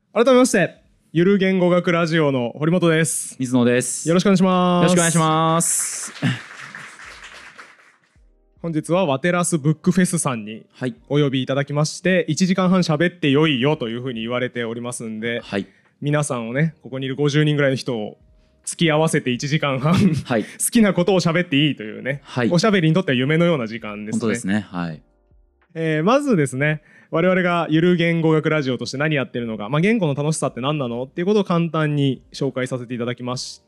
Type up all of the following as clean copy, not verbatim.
改めましてゆる言語学ラジオの堀本です。 水野です。 よろしくお願いします。 よろしくお願いします。 本日はワテラスブックフェスさんにはい、 お呼びいただきまして、1時間半喋ってよいよというふうに言われておりますんで、 はい、 皆さんをね、ここにいる50人ぐらいの人を付き合わせて1時間半、 はい、 好きなことを喋っていいというね、 はい、 おしゃべりにとっては夢のような時間ですね。 本当ですね。はい。 まずですね、我々がゆる言語学ラジオとして何やってるのか、言語の楽しさって何なのっていうことを簡単に紹介させていただきまして、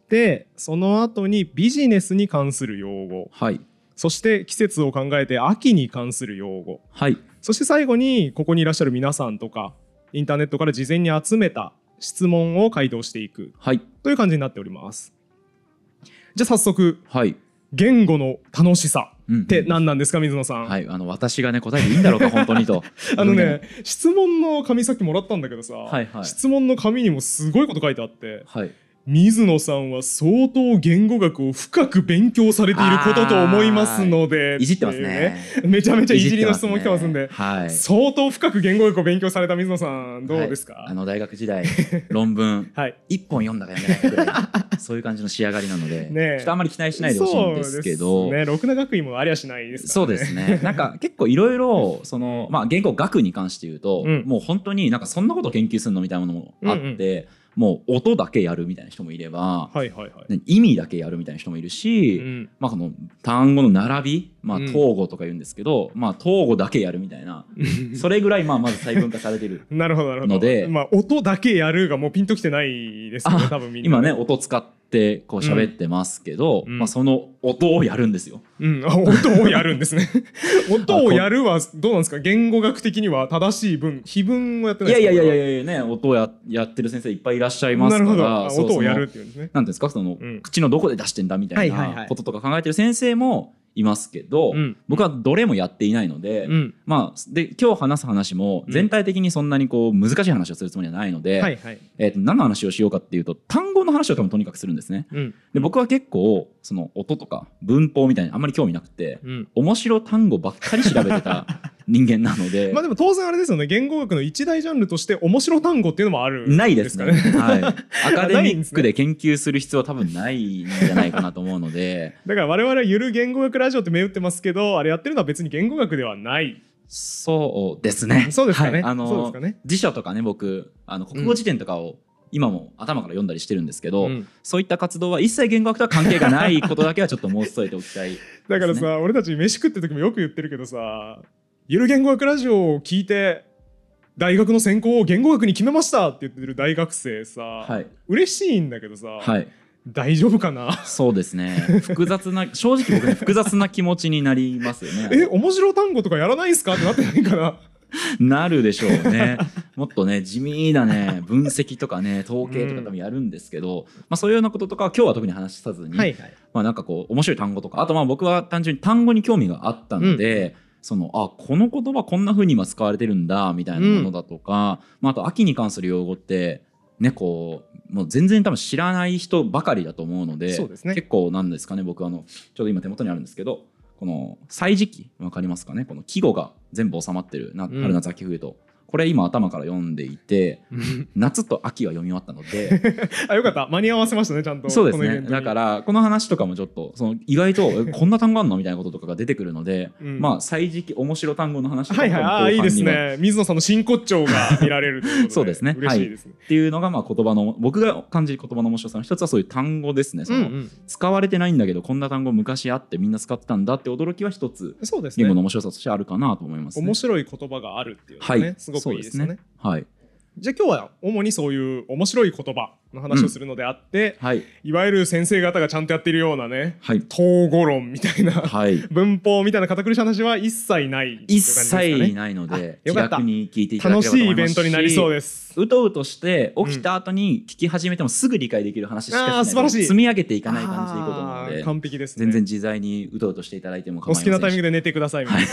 その後にビジネスに関する用語、 はい、 そして季節を考えて秋に関する用語、 はい、 そして最後にここにいらっしゃる皆さんとかインターネットから事前に集めた質問を回答していく、 はい、 という感じになっております。じゃあ早速、 はい、 言語の楽しさって何なんですか、水野さん。 はい、私がね答えていいんだろうか本当にと質問の紙さっきもらったんだけどさ、 はいはい、 質問の紙にもすごいこと書いてあって、 はい、 水野さんは相当言語学を深く勉強されていることと思いますので、 いじってますね。 めちゃめちゃいじりの質問来てますんで、 はい、 相当深く言語学を勉強された水野さんどうですか？ はい、大学時代論文1本読んだか読んでないかぐらいそういう感じの仕上がりなので、ね、ちょっとあんまり期待しないでほしいんですけど、 そうですね、ろくな学位もありゃしないですからね。 そうですね。なんか結構いろいろ言語学に関して言うと、もう本当になんかそんなこと研究するのみたいなものもあって、もう音だけやるみたいな人もいれば、意味だけやるみたいな人もいるし、この単語の並び、統合とか言うんですけど、統合だけやるみたいなそれぐらいまず細分化されてるなるほどなるほど。 ので、 音だけやるがもうピンときてないですよね、多分みんな、 今ね音使ってこう喋ってますけど、その音をやるんですよ。 音をやるんですね音をやるはどうなんですか？言語学的には正しい文、非文をやってないですか？ いやね、音をやってる先生いっぱいいらっしゃいますから。なるほど、 音をやるっていうんですね。 なんていうんですか、口のどこで出してんだみたいなこととか考えてる先生もいますけど、僕はどれもやっていないので、で今日話す話も全体的にそんなにこう難しい話をするつもりはないので、何の話をしようかっていうと単語の話を多分とにかくするんですね。で僕は結構その音とか文法みたいにあんまり興味なくて、面白単語ばっかり調べてた人間なのででも当然あれですよね、言語学の一大ジャンルとして面白単語っていうのもあるんですかね。 ないですね、はい、アカデミックで研究する必要は多分ないんじゃないかなと思うのでだから我々はゆる言語学ラジオって銘打ってますけど、あれやってるのは別に言語学ではない。 そうですね。 そうですかね。 辞書とかね、僕国語辞典とかを今も頭から読んだりしてるんですけど、そういった活動は一切言語学とは関係がないことだけはちょっと申し添えておきたい、ね、 だからさ、俺たち飯食ってる時もよく言ってるけどさ、ゆる言語学ラジオを聞いて大学の専攻を言語学に決めましたって言ってる大学生さ、嬉しいんだけどさ、大丈夫かな？ そうですね、正直僕ね複雑な気持ちになりますよね面白単語とかやらないんすかってなってないかななるでしょうね。もっとね地味なね分析とかね統計とか多分やるんですけど、そういうようなこととかは今日は特に話さずに、なんかこう面白い単語とか、あと僕は単純に単語に興味があったので、この言葉こんな風に今使われてるんだみたいなものだとか、あと秋に関する用語ってね、こうもう全然多分知らない人ばかりだと思うので、結構なんですかね、僕ちょうど今手元にあるんですけど、この歳時記分かりますかね、この季語が全部収まってる春夏秋冬と、これ今頭から読んでいて夏と秋は読み終わったのでよかった、間に合わせましたね、ちゃんと。 そうですね。だからこの話とかもちょっと意外とこんな単語あんのみたいなこととかが出てくるので、歳時記面白単語の話とかもいいですね。水野さんの真骨頂が見られるということでそうですね、 嬉しいですね。 っていうのが言葉の、僕が感じる言葉の面白さの一つはそういう単語ですね。使われてないんだけどこんな単語昔あってみんな使ってたんだって驚きは一つ言語の面白さとしてあるかなと思いますね。面白い言葉があるっていうのね、すごくいいですよね。じゃあ今日は主にそういう面白い言葉の話をするのであって、いわゆる先生方がちゃんとやっているようなね、統合論みたいな、文法みたいな堅苦しい話は一切ないっていう感じですかね。 一切ないので気楽に聞いていただければと思いますし、 楽しいイベントになりそうです。 うとうとして起きた後に聞き始めてもすぐ理解できる話しかしない、積み上げていかない感じでいいことなので、 完璧ですね。 全然自在にうとうとしていただいても構いませんし、 お好きなタイミングで寝てくださいみたいな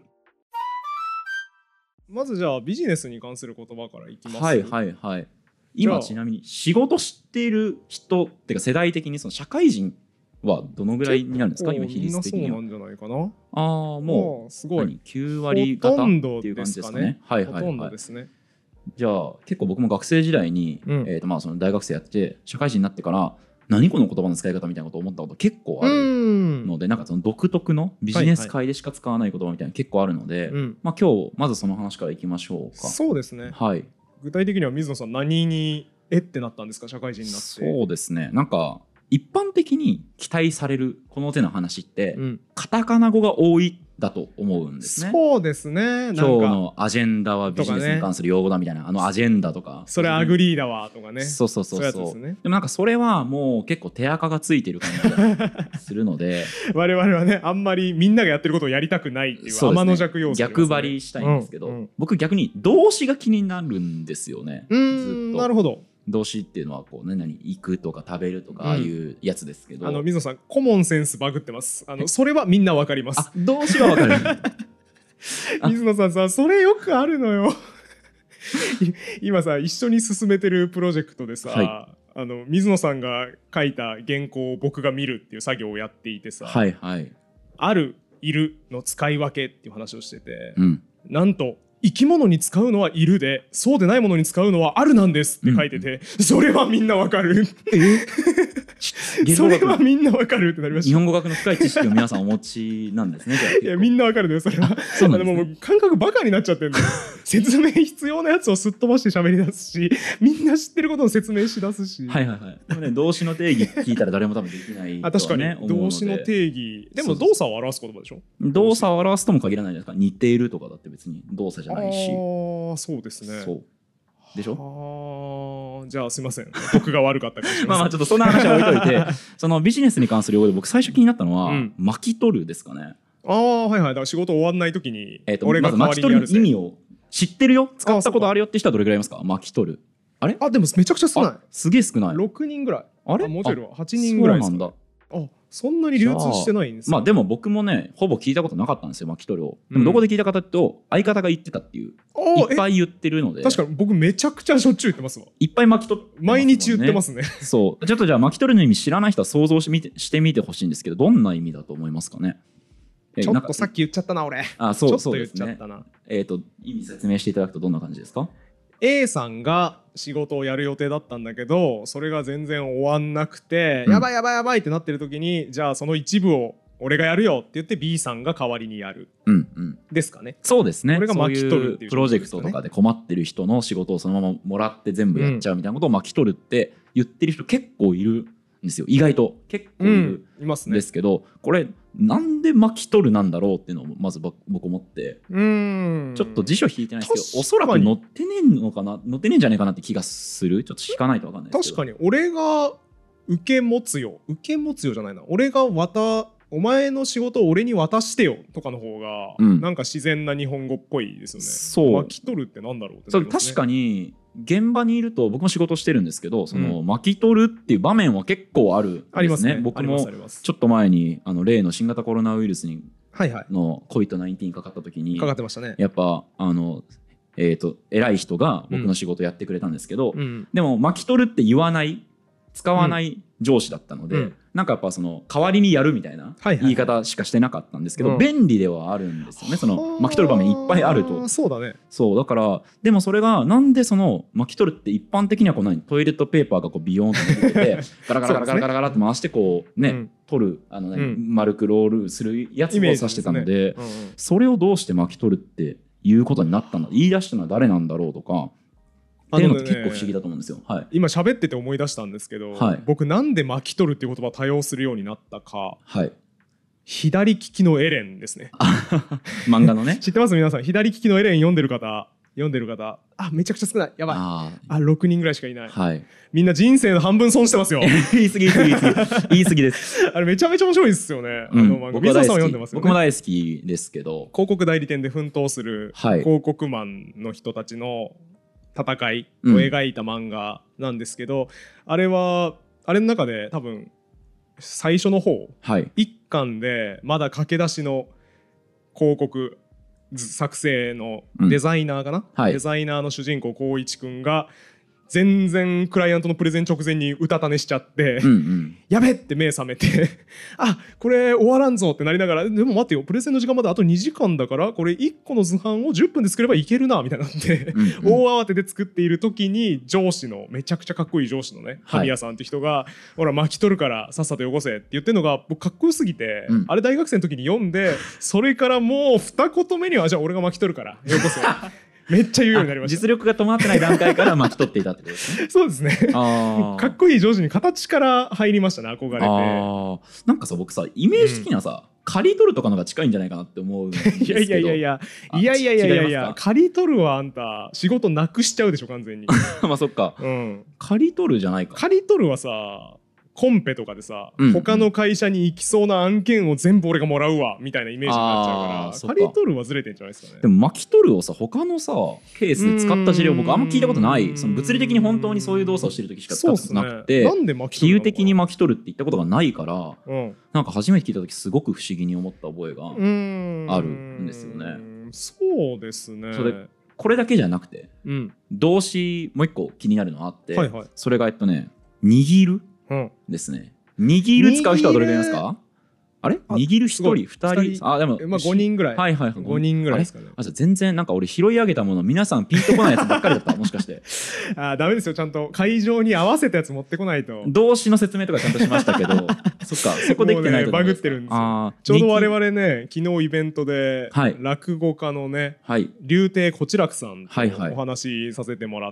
まずじゃあビジネスに関する言葉からいきます。 今ちなみに仕事知っている人っていうか世代的に社会人はどのぐらいになるんですか？今比率的には。 そうなんじゃないかな。 もうすごい9割方っていう感じですかね。 ほとんどですね。 じゃあ結構僕も学生時代に、まあその大学生やって社会人になってから何この言葉の使い方みたいなことを思ったこと結構あるので、なんかその独特のビジネス界でしか使わない言葉みたいなの結構あるので、まあ今日まずその話からいきましょうか。 そうですね。 はい。 具体的には水野さん何にってなったんですか、社会人になって。 そうですね。なんか一般的に期待されるこの手の話って、カタカナ語が多いだと思うんですね。 そうですね。 今日のアジェンダはビジネスに関する用語だみたいな、アジェンダとか。 それアグリーだわとかね。 そう。でもなんかそれはもう結構手垢がついてる感じがするので我々はね、あんまりみんながやってることをやりたくないっていう天の弱要素、 逆張りしたいんですけど、僕逆に動詞が気になるんですよね。ずっと。 なるほど。 動詞っていうのはこう行くとか食べるとかああいうやつですけど、 水野さんコモンセンスバグってます。それはみんなわかります。 動詞はわかる水野さんさ、それよくあるのよ今さ一緒に進めてるプロジェクトでさ、水野さんが書いた原稿を僕が見るっていう作業をやっていてさ、あるいるの使い分けっていう話をしてて、なんと生き物に使うのはいるで、そうでないものに使うのはあるなんですって書いてて、それはみんなわかるそれはみんなわかるってなりました。 日本語学の深い知識を皆さんお持ちなんですね。 いや、みんなわかるね、それは。そうなんですね。もう感覚バカになっちゃってるんだよ説明必要なやつをすっ飛ばして喋り出すし、みんな知ってることを説明し出すし。 でもね、動詞の定義聞いたら誰も多分できないとはね、 確かに動詞の定義でも動作を表す言葉でしょ。 動作を表すとも限らないじゃないですか。似ているとかだって別に動作じゃないし。 そうですね。 そうでしょ。 じゃあすいません、僕が悪かったかもしれませんまあちょっとそんな話は置いといてそのビジネスに関する用語で僕最初気になったのは、巻き取るですかね。 だから仕事終わんない時に俺が代わりにやるぜ。まず巻き取るの意味を知ってるよ、使ったことあるよって人はどれぐらいいますか。巻き取る。あれでもめちゃくちゃ少ない。 すげえ少ない。 6人ぐらい。 あれもうちょい8人ぐらいですか。 そうなんだ。 そんなに流通してないんですか。 まあでも僕もねほぼ聞いたことなかったんですよ、巻き取るを。でもどこで聞いたかというと相方が言ってたっていう、いっぱい言ってるので。 確かに僕めちゃくちゃしょっちゅう言ってますわ。 いっぱい巻き取ってますもんね。 毎日言ってますね。 そうちょっとじゃあ巻き取るの意味知らない人は想像してみてほしいんですけど、どんな意味だと思いますかね。 ちょっとさっき言っちゃったな俺。 そうですね。意味説明していただくとどんな感じですか。 A さんが仕事をやる予定だったんだけど、それが全然終わんなくて、やばいやばいやばいってなってる時に、じゃあその一部を俺がやるよって言って B さんが代わりにやる、ですかね。 そうですね。 これが巻き取るっていう、 プロジェクトとかで困ってる人の仕事をそのままもらって全部やっちゃうみたいなことを巻き取るって言ってる人結構いるんですよ。意外と結構いるんですけど、これなんで巻き取るなんだろうっていうのをまず僕思って、ちょっと辞書引いてないですけど、おそらく載ってねえのかな、載ってねえんじゃないかなって気がする。ちょっと引かないと分かんないですけど。 確かに俺が受け持つよじゃないな、俺がお前の仕事を俺に渡してよとかの方が、なんか自然な日本語っぽいですよね。そう巻き取るってなんだろうってなりますね。 確かに現場にいると僕も仕事してるんですけど、その巻き取るっていう場面は結構あるんですね。 ありますね。 僕もちょっと前に例の新型コロナウイルスにの COVID-19 かかった時にかかってましたね。 やっぱ偉い人が僕の仕事やってくれたんですけど、でも巻き取るって言わない使わない上司だったので、なんかやっぱその代わりにやるみたいな言い方しかしてなかったんですけど、便利ではあるんですよね。その巻き取る場面いっぱいあると。 そうだね。 そうだから、でもそれがなんでその巻き取るって一般的にはこうトイレットペーパーがこうビヨーンと出ててガラガラガラガラガラガラって回してこうね、取る丸くロールするやつを指してたので、それをどうして巻き取るっていうことになったんだ、言い出したのは誰なんだろうとかっていうのって結構不思議だと思うんですよ。 今喋ってて思い出したんですけど、僕なんで巻き取るっていう言葉を多用するようになったか、左利きのエレンですね。 漫画のね。 知ってます皆さん。左利きのエレン読んでる方、めちゃくちゃ少ない。やばい。6人ぐらいしかいない。みんな人生の半分損してますよ。 言い過ぎです。 あれめちゃめちゃ面白いですよね。水野さんは読んでますよね。 僕も大好きですけど、 広告代理店で奮闘する広告マンの人たちの戦いを描いた漫画なんですけど、あれの中で多分最初の方、一巻でまだ駆け出しの広告作成のデザイナーかな、デザイナーの主人公光一くんが全然クライアントのプレゼン直前にうたた寝しちゃって、やべって目覚めてあ、これ終わらんぞってなりながら、でも待ってよ、プレゼンの時間まであと2時間だから、これ1個の図版を10分で作ればいけるなみたいになって大慌てで作っている時に、上司のめちゃくちゃかっこいい上司のね、神谷さんって人がほら巻き取るからさっさとよこせって言ってるのが僕かっこよすぎて、あれ大学生の時に読んで、それからもう二言目にはじゃあ俺が巻き取るからよこせめっちゃ言うようになりました。 実力が伴ってない段階から巻き取っていたってことですね。 そうですね。かっこいい上司に形から入りましたね、憧れて。 なんかさ、僕さ、イメージ的にはさ、刈り取るとかのが近いんじゃないかなって思うんですけど。 いや、刈り取るはあんた仕事なくしちゃうでしょ完全に。 まあそっか。刈り取るじゃないか。 刈り取るはさ、コンペとかでさ、他の会社に行きそうな案件を全部俺がもらうわみたいなイメージになっちゃうから、刈り取るはずれてんじゃないですかね。 でも巻き取るをさ、他のさケースで使った事例を僕あんま聞いたことない。その物理的に本当にそういう動作をしてる時しか使ったことなくて、比喩的に巻き取るって言ったことがないから、なんか初めて聞いた時すごく不思議に思った覚えがあるんですよね。 そうですね。 これだけじゃなくて、動詞もう一個気になるのあって、それが握るですね。握る使う人はどれぐらいいますか？あれ握る1人2人、 でも5人ぐらい。5人ぐらいですかね。 全然なんか俺拾い上げたもの皆さんピンとこないやつばっかりだった。もしかしてダメですよ、ちゃんと会場に合わせたやつ持ってこないと。 動詞の説明とかちゃんとしましたけどそっか、そこできてないとバグってるんですよ。ちょうど我々ね、昨日イベントで落語家のね、柳亭小痴楽さんとお話しさせてもらって、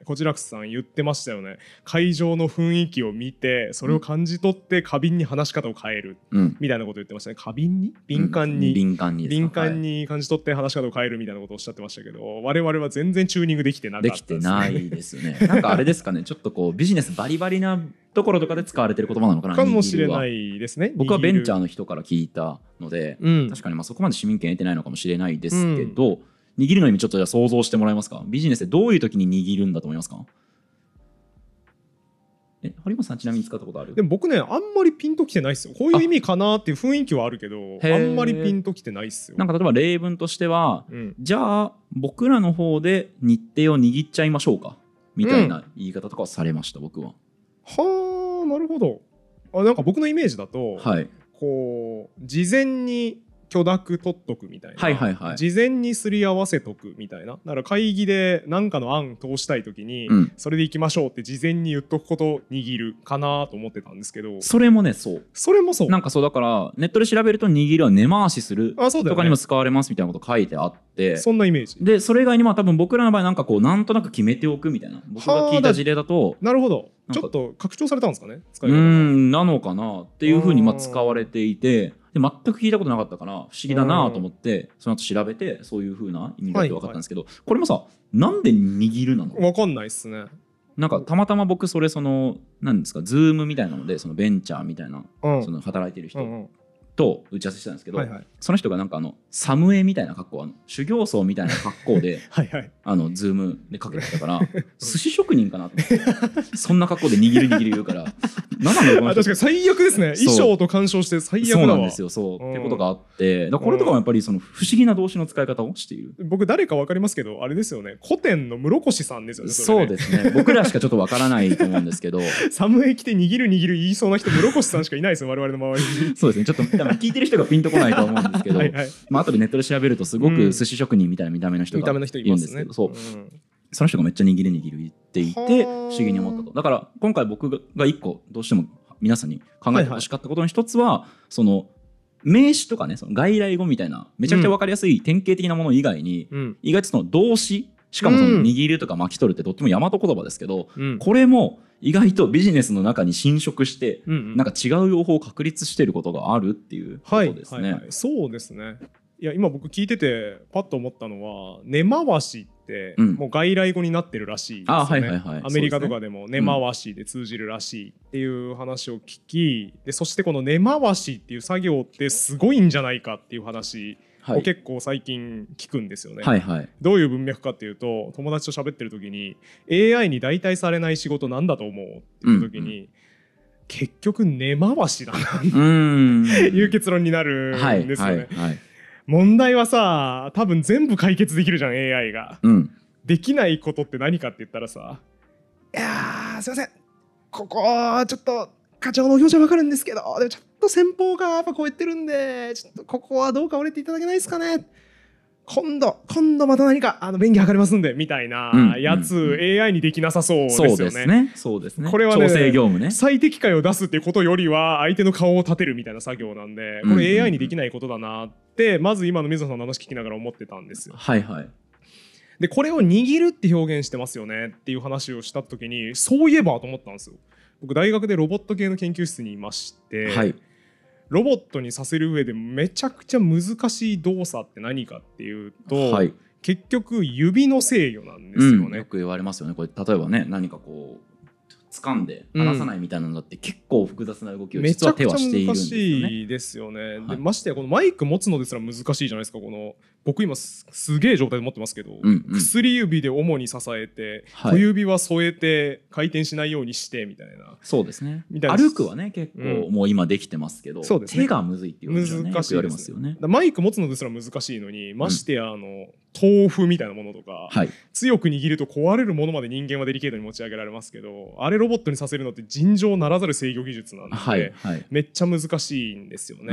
小痴楽さん言ってましたよね。会場の雰囲気を見てそれを感じ取って過敏に話し方を変えるみたいなこと言ってましたね。過敏に敏感に感じ取って話し方を変えるみたいなことをおっしゃってましたけど、我々は全然チューニングできてなかったですね。 できてないですね。なんかあれですかね、ちょっとこうビジネスバリバリなところとかで使われてる言葉なのかな。 かもしれないですね。 僕はベンチャーの人から聞いたので、確かにまあそこまで市民権得てないのかもしれないですけど、握るの意味ちょっとじゃあ想像してもらえますか？ビジネスでどういう時に握るんだと思いますか？堀本さんちなみに使ったことある？ でも僕ね、あんまりピンときてないっすよ。こういう意味かなっていう雰囲気はあるけど、あんまりピンときてないっすよ。 なんか例えば例文としては、じゃあ僕らの方で日程を握っちゃいましょうかみたいな言い方とかはされました、僕は。 はあ、なるほど。なんか僕のイメージだと、こう事前に許諾取っとくみたいな、事前にすり合わせとくみたいな。だから会議で何かの案通したい時に、それでいきましょうって事前に言っとくこと握るかなと思ってたんですけど、 それもね、それもそうなんかそう、だからネットで調べると握るは根回しするとかにも使われますみたいなこと書いてあって、 そんなイメージで、それ以外にも多分僕らの場合なんかこうなんとなく決めておくみたいな、僕が聞いた事例だと、 なるほど、ちょっと拡張されたんですかね、使い方なのかなっていうふうに使われていて、で全く聞いたことなかったから不思議だなと思って、その後調べてそういう風な意味だって分かったんですけど、これもさ、なんで握るなの？ 分かんないっすね。 なんかたまたま僕それ何ですか、ズームみたいなのでそのベンチャーみたいな、その働いてる人と打ち合わせしたんですけど、その人がなんかサムエみたいな格好、修行僧みたいな格好でズームでかけてたから寿司職人かなと思ってそんな格好で握る言うから何なんだろう。 確かに最悪ですね。衣装と干渉して最悪だわ。 そうなんですよ。ってことがあって、これとかもやっぱりその不思議な動詞の使い方をしている。 僕誰か分かりますけど、あれですよね、古典の室越さんですよね。 そうですね、僕らしかちょっと分からないと思うんですけどサムエ着て握る言いそうな人室越さんしかいないですよ、我々の周りに。 そうですね、ちょっと聞いてる人がピンとこないと思うんですけど後でネットで調べるとすごく寿司職人みたいな見た目の人がいるんですけど、その人がめっちゃ握る言っていて不思議に思ったと。だから今回僕が一個どうしても皆さんに考えてほしかったことの一つは、その名詞とかね、その外来語みたいなめちゃくちゃ分かりやすい典型的なもの以外に、意外とその動詞、しかもその握るとか巻き取るってとっても大和言葉ですけど、これも意外とビジネスの中に侵食して、なんか違う用法を確立していることがあるっていうことですね。 そうですね。いや今僕聞いててパッと思ったのは、根回しってもう外来語になってるらしいですよね。アメリカとかでも根回しで通じるらしいっていう話を聞き、でそしてこの根回しっていう作業ってすごいんじゃないかっていう話を結構最近聞くんですよね。どういう文脈かっていうと、友達と喋ってる時に AI に代替されない仕事なんだと思うっていう時に、結局根回しだなという結論になるんですよね。問題はさ、多分全部解決できるじゃん AI が、できないことって何かって言ったらさ、 やすいません、ここちょっと課長のお気持ちは分かるんですけど、でもちょっと先方がやっぱ超えてるんで、ちょっとここはどうか折れていただけないですかね。今度また何か便宜図りますんでみたいなやつ、AI にできなさそうですよね。 そうですね。 これはね、 調整業務ね。 最適解を出すっていうことよりは相手の顔を立てるみたいな作業なんで、これ AI にできないことだなってまず今の水野さんの話聞きながら思ってたんですよ。 はいはい。 でこれを握るって表現してますよねっていう話をした時に、そういえばと思ったんですよ。僕大学でロボット系の研究室にいまして、はい、ロボットにさせる上でめちゃくちゃ難しい動作って何かっていうと、はい、結局指の制御なんですよね、 よく言われますよね。これ例えばね、何かこう掴んで離さないみたいなのだって結構複雑な動きを実は手はしているんですよね。 めちゃくちゃ難しいですよね、はい、でましてやこのマイク持つのですら難しいじゃないですか。この僕今すげえ状態で持ってますけど、薬指で主に支えて、小指は添えて回転しないようにしてみたいな。 そうですね。歩くはね結構もう今できてますけど、手がむずいっていうのはね、よく言われますよね。 マイク持つのですら難しいのに、ましてや豆腐みたいなものとか、強く握ると壊れるものまで人間はデリケートに持ち上げられますけど、あれロボットにさせるのって尋常ならざる制御技術なんで、めっちゃ難しいんですよね。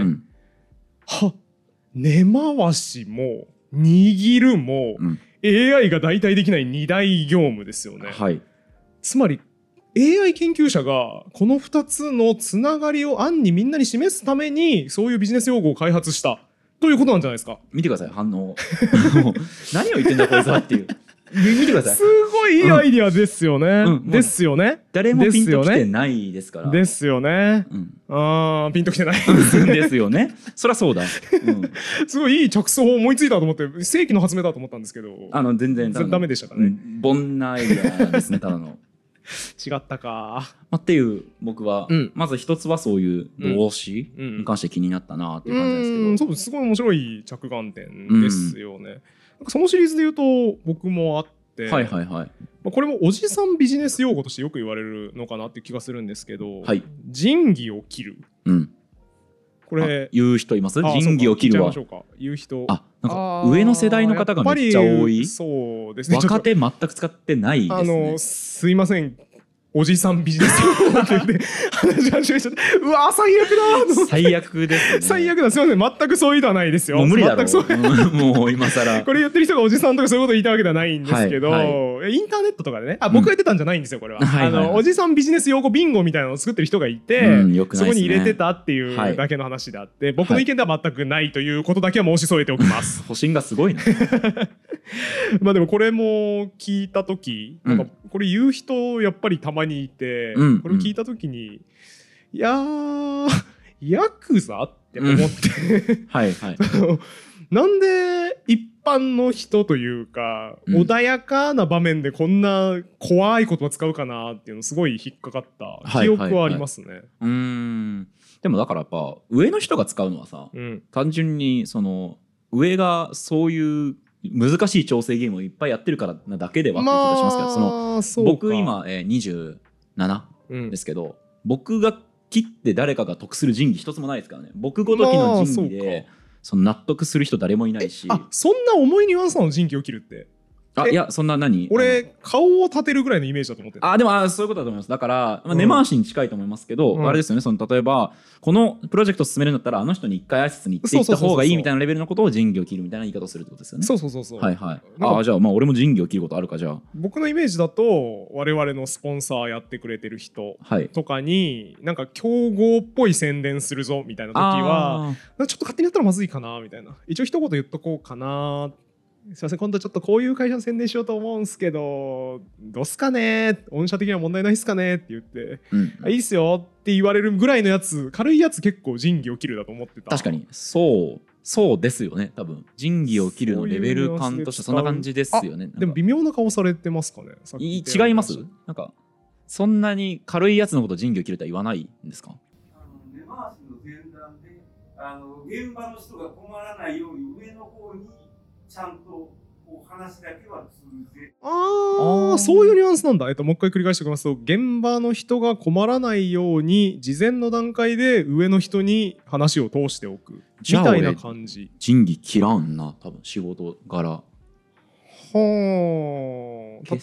根回しも握るも、AI が代替できない2大業務ですよね。つまり AI 研究者がこの2つのつながりを暗にみんなに示すためにそういうビジネス用語を開発したということなんじゃないですか。 見てください、反応何を言ってんだこいつはっていう見てください。 すごいいいアイディアですよね。ですよね。 誰もピンときてないですから。 ですよね。ピンときてないですよね。そりゃそうだ。 すごいいい着想を思いついたと思って世紀の発明だと思ったんですけど、 全然ダメでしたかね。 凡なアイデアですね、ただの。 違ったか。 っていう僕はまず一つはそういう動詞に関して気になったなっていう感じですけど、 そうすごい面白い着眼点ですよね。そのシリーズで言うと僕もあって、これもおじさんビジネス用語としてよく言われるのかなっていう気がするんですけど、仁義を切る。これ言う人います？仁義を切るは。 言う人。 なんか上の世代の方がめっちゃ多い。 そうですね。 若手全く使ってないですね。 すいません。おじさんビジネス用語って言って話し始めちゃって、うわ最悪だ。 最悪ですね。 最悪だ。すいません、全くそういう意図はないですよ。 もう無理だろう。もう今更これ言ってる人がおじさんとかそういうこと言いたいわけではないんですけど、インターネットとかでね、僕が言ってたんじゃないんですよ。これはおじさんビジネス用語ビンゴみたいなのを作ってる人がいて、そこに入れてたっていうだけの話であって、僕の意見では全くないということだけは申し添えておきます。 保身がすごいな。 まあでもこれも聞いた時、なんかこれ言う人やっぱりたまにいて、これ聞いた時にいやーヤクザって思ってなんで一般の人というか、穏やかな場面でこんな怖い言葉使うかなっていうのすごい引っかかった記憶はありますね。 でもだからやっぱ上の人が使うのはさ、単純にその上がそういう難しい調整ゲームをいっぱいやってるからなだけではって気がしますけど、僕今27ですけど、僕が切って誰かが得する仁義一つもないですからね。僕ごときの仁義でその納得する人誰もいないし。 そんな重いニュアンスなの仁義を切るって。 いやそんな俺顔を立てるぐらいのイメージだと思ってた。でもそういうことだと思います。だから根回しに近いと思いますけど、あれですよね、その例えばこのプロジェクトを進めるんだったらあの人に一回挨拶に行っていった方がいいみたいなレベルのことを仁義を切るみたいな言い方をするってことですよね。 そうじゃあ俺も仁義を切ることあるか。じゃあ僕のイメージだと我々のスポンサーやってくれてる人とかになんか競合っぽい宣伝するぞみたいな時はちょっと勝手にやったらまずいかなみたいな、一応一言言っとこうかな、すいません今度ちょっとこういう会社の宣伝しようと思うんすけどどうすかね、御社的には問題ないっすかねって言って、いいっすよって言われるぐらいのやつ、軽いやつ結構仁義を切るだと思ってた。 確かにそうですよね。多分仁義を切るのレベル感としてそんな感じですよね。 でも微妙な顔されてますかね。 違います？なんかそんなに軽いやつのこと仁義を切るとは言わないんですか？ 根回しの前段で現場の人が困らないように上の方にちゃんと話だけは通じて、 そういうニュアンスなんだ。もう一回繰り返しておきますと、現場の人が困らないように事前の段階で上の人に話を通しておくみたいな感じ。 仁義切らんな、多分仕事柄。 決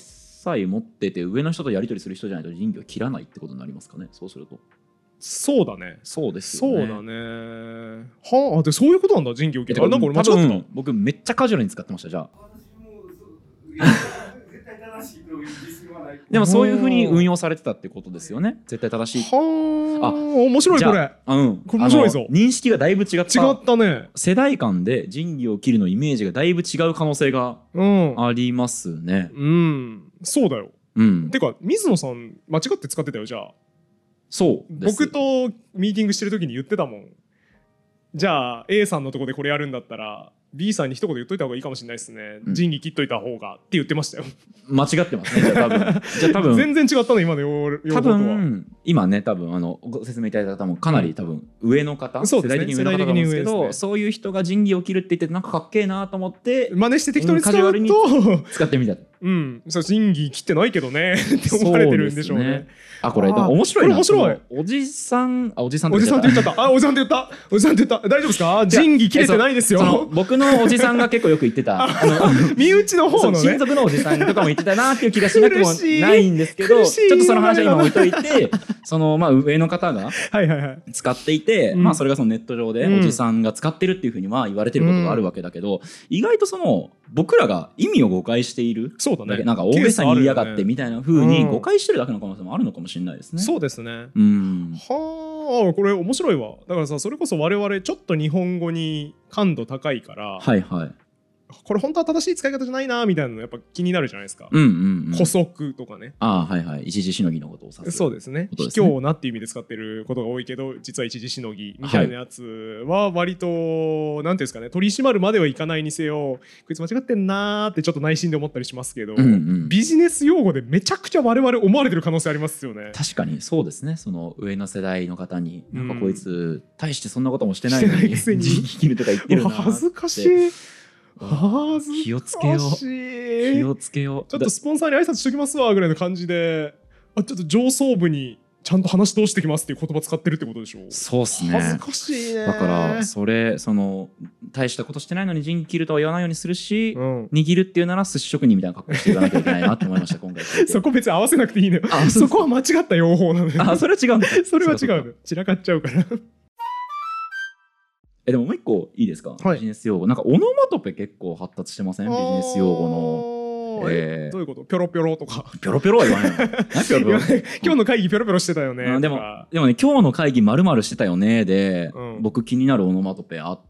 さえ持ってて上の人とやり取りする人じゃないと仁義を切らないってことになりますかね、そうすると。 そうだね。 そうですよね。 そうだね。はあ、でそういうことなんだ、仁義を受けた。なんか俺間違ってた。 僕めっちゃカジュアルに使ってました。じゃあ。でもそういうふうに運用されてたってことですよね。絶対正しい。 はあ、面白いこれ。これ面白いぞ。 認識がだいぶ違った。 違ったね。 世代間で仁義を切るのイメージがだいぶ違う可能性がありますね。 そうだよ。てか水野さん間違って使ってたよ。じゃあ。 そう僕とミーティングしてる時に言ってたもん。じゃあ A さんのとこでこれやるんだったら B さんに一言言っといた方がいいかもしれないですね。仁義切っといた方がって言ってましたよ。 間違ってますね。じゃあ多分全然違ったの今の用語とは。 多分今ね、多分ご説明いただいた方もかなり多分上の方、世代的に上の方だと思うんですけど、そういう人が仁義を切るって言ってなんかかっけえなと思って真似して適当に使うと使ってみた。 そう仁義切ってないけどねって思われてるんでしょうね。 これ面白いな。 面白い。 おじさんって言っちゃった。おじさんって言った。大丈夫ですか？仁義切れてないですよ。 僕のおじさんが結構よく言ってた。 身内の方のね。 親族のおじさんとかも言ってたなっていう気がしなくもないんですけど、ちょっとその話は今置いといて、上の方が使っていて、それがそのネット上でおじさんが使ってるっていうふうには言われてることがあるわけだけど、意外と僕らが意味を誤解している。 そうだね。 なんか大げさに言いやがってみたいな風に誤解してるだけの可能性もあるのかもしれないですね。 そうですね。はあ、これ面白いわ。だからさ、それこそ我々ちょっと日本語に感度高いから、これ本当は正しい使い方じゃないなみたいなのやっぱ気になるじゃないですか。姑息とかね。 一時しのぎのことを指す。 そうですね。卑怯なっていう意味で使ってることが多いけど、実は一時しのぎみたいなやつは割となんていうんですかね、取り締まるまではいかないにせよ、こいつ間違ってんなーってちょっと内心で思ったりしますけど、ビジネス用語でめちゃくちゃ我々思われてる可能性ありますよね。 確かにそうですね。その上の世代の方になんかこいつ大してそんなこともしてないのに仁義切るとか言ってるなって。 恥ずかしい。 気をつけよう。気をつけよう。 ちょっとスポンサーに挨拶しときますわぐらいの感じで、ちょっと上層部にちゃんと話通してきますっていう言葉使ってるってことでしょ。 そうっすね。 恥ずかしいね。 だから大したことしてないのに仁義切るとは言わないようにするし、握るっていうなら寿司職人みたいな格好していかなきゃいけないなって思いました今回。 そこ別に合わせなくていいのよ。そこは間違った用法なのよ。 それは違うんだ。 それは違うの。散らかっちゃうから。 でももう一個いいですか、ビジネス用語。なんかオノマトペ結構発達してません？ビジネス用語の。 どういうこと？ピョロピョロとか。 ピョロピョロは言わないの。 今日の会議ピョロピョロしてたよね。 でもね、今日の会議〇〇してたよねで、僕気になるオノマトペあって。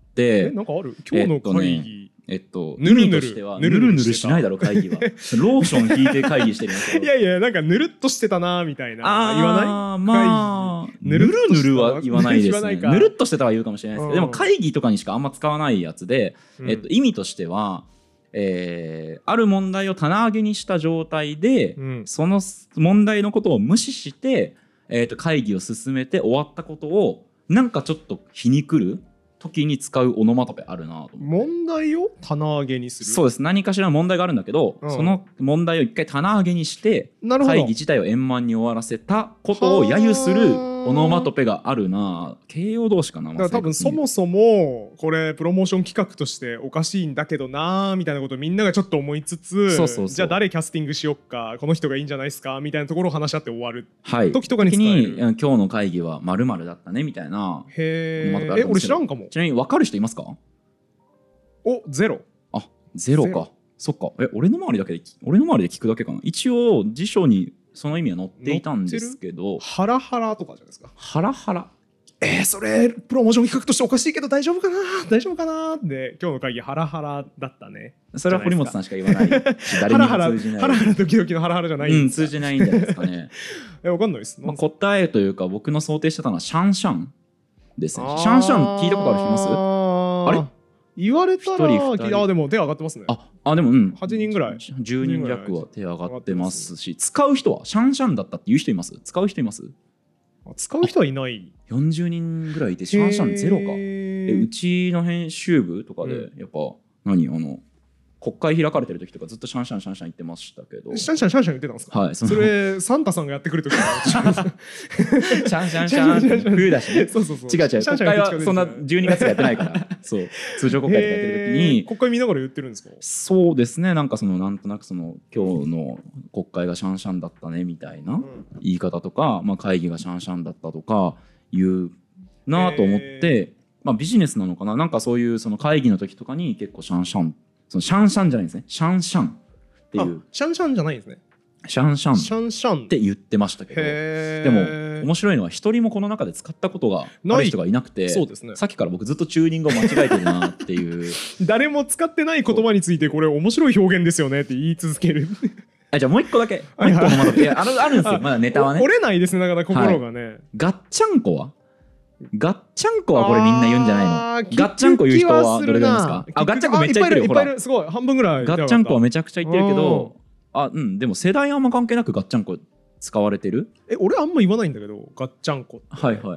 なんかある？今日の会議。 意味としてはぬるぬるしないだろ会議は。ローション引いて会議してるんですけど。 いやなんかぬるっとしてたなみたいな言わない？ ぬるぬるは言わないですね。ぬるっとしてたは言うかもしれないですけど、でも会議とかにしかあんま使わないやつで、意味としてはある問題を棚上げにした状態で、その問題のことを無視して、会議を進めて終わったことをなんかちょっと皮肉る時に使うオノマトペあるなと思って。 問題を棚上げにする。 そうです。何かしらの問題があるんだけど、その問題を一回棚上げにして会議自体を円満に終わらせたことを揶揄するオノマトペがあるな。形容動詞かな。 だから多分そもそもこれプロモーション企画としておかしいんだけどなみたいなことをみんながちょっと思いつつ、じゃあ誰キャスティングしよっか、この人がいいんじゃないですかみたいなところを話し合って終わる時とかに使える。 今日の会議は〇〇だったねみたいな。 俺知らんかも。 ちなみに分かる人いますか？ ゼロ。 ゼロか。そっか。俺の周りで聞くだけかな。一応辞書にその意味は載っていたんですけど。 ハラハラとかじゃないですか。 ハラハラ。 それプロモーション企画としておかしいけど大丈夫かなで、今日の会議ハラハラだったね。 それは堀本さんしか言わない。誰にも通じない。 ハラハラドキドキのハラハラじゃないんですか。 通じないんじゃないですかね。 わかんないです。 答えというか僕の想定してたのはシャンシャンですね。シャンシャン聞いたことある人います？あれ？ 言われたらでも手上がってますね。 でも 8人ぐらい、 10人弱は手上がってますし、使う人はシャンシャンだったっていう人います？使う人います？ 使う人はいない。 40人ぐらいいてシャンシャンゼロか。うちの編集部とかでやっぱ国会開かれてる時とかずっとシャンシャンシャンシャン言ってましたけど。 シャンシャンシャンシャン言ってたんですか？ はい。 それサンタさんがやってくる時シャンシャンシャン冬だしね。そうそうそう。違う違う。国会はそんな12月やってないから。そう。通常国会とかやってる時に。 国会見ながら言ってるんですか？ そうですね。なんかなんとなく今日の国会がシャンシャンだったねみたいな言い方とか、まあ会議がシャンシャンだったとかいうなと思って、まあビジネスなのかな。なんかそういう会議の時とかに結構シャンシャン。シャンシャンじゃないんですね。シャンシャンっていう。 シャンシャンじゃないんですね。 シャンシャン。 シャンシャンって言ってましたけど。でも面白いのは一人もこの中で使ったことがある人がいなくて、 そうですね。 さっきから僕ずっとチューニングを間違えてるなっていう。 誰も使ってない言葉についてこれ面白い表現ですよねって言い続ける。 じゃあもう一個だけ。もう一個の窓あるんですよ。まだネタはね。 折れないですね。だから心がね。 ガッチャンコは？ガッチャンコはこれみんな言うんじゃないの？ガッチャンコ言う人はどれぐらいですか？ガッチャンコめっちゃ言ってるよ。ほら。 すごい半分ぐらい。 ガッチャンコはめちゃくちゃ言ってるけど、でも世代あんま関係なくガッチャンコ使われてる？ 俺あんま言わないんだけど、ガッチャンコ。 はいはい。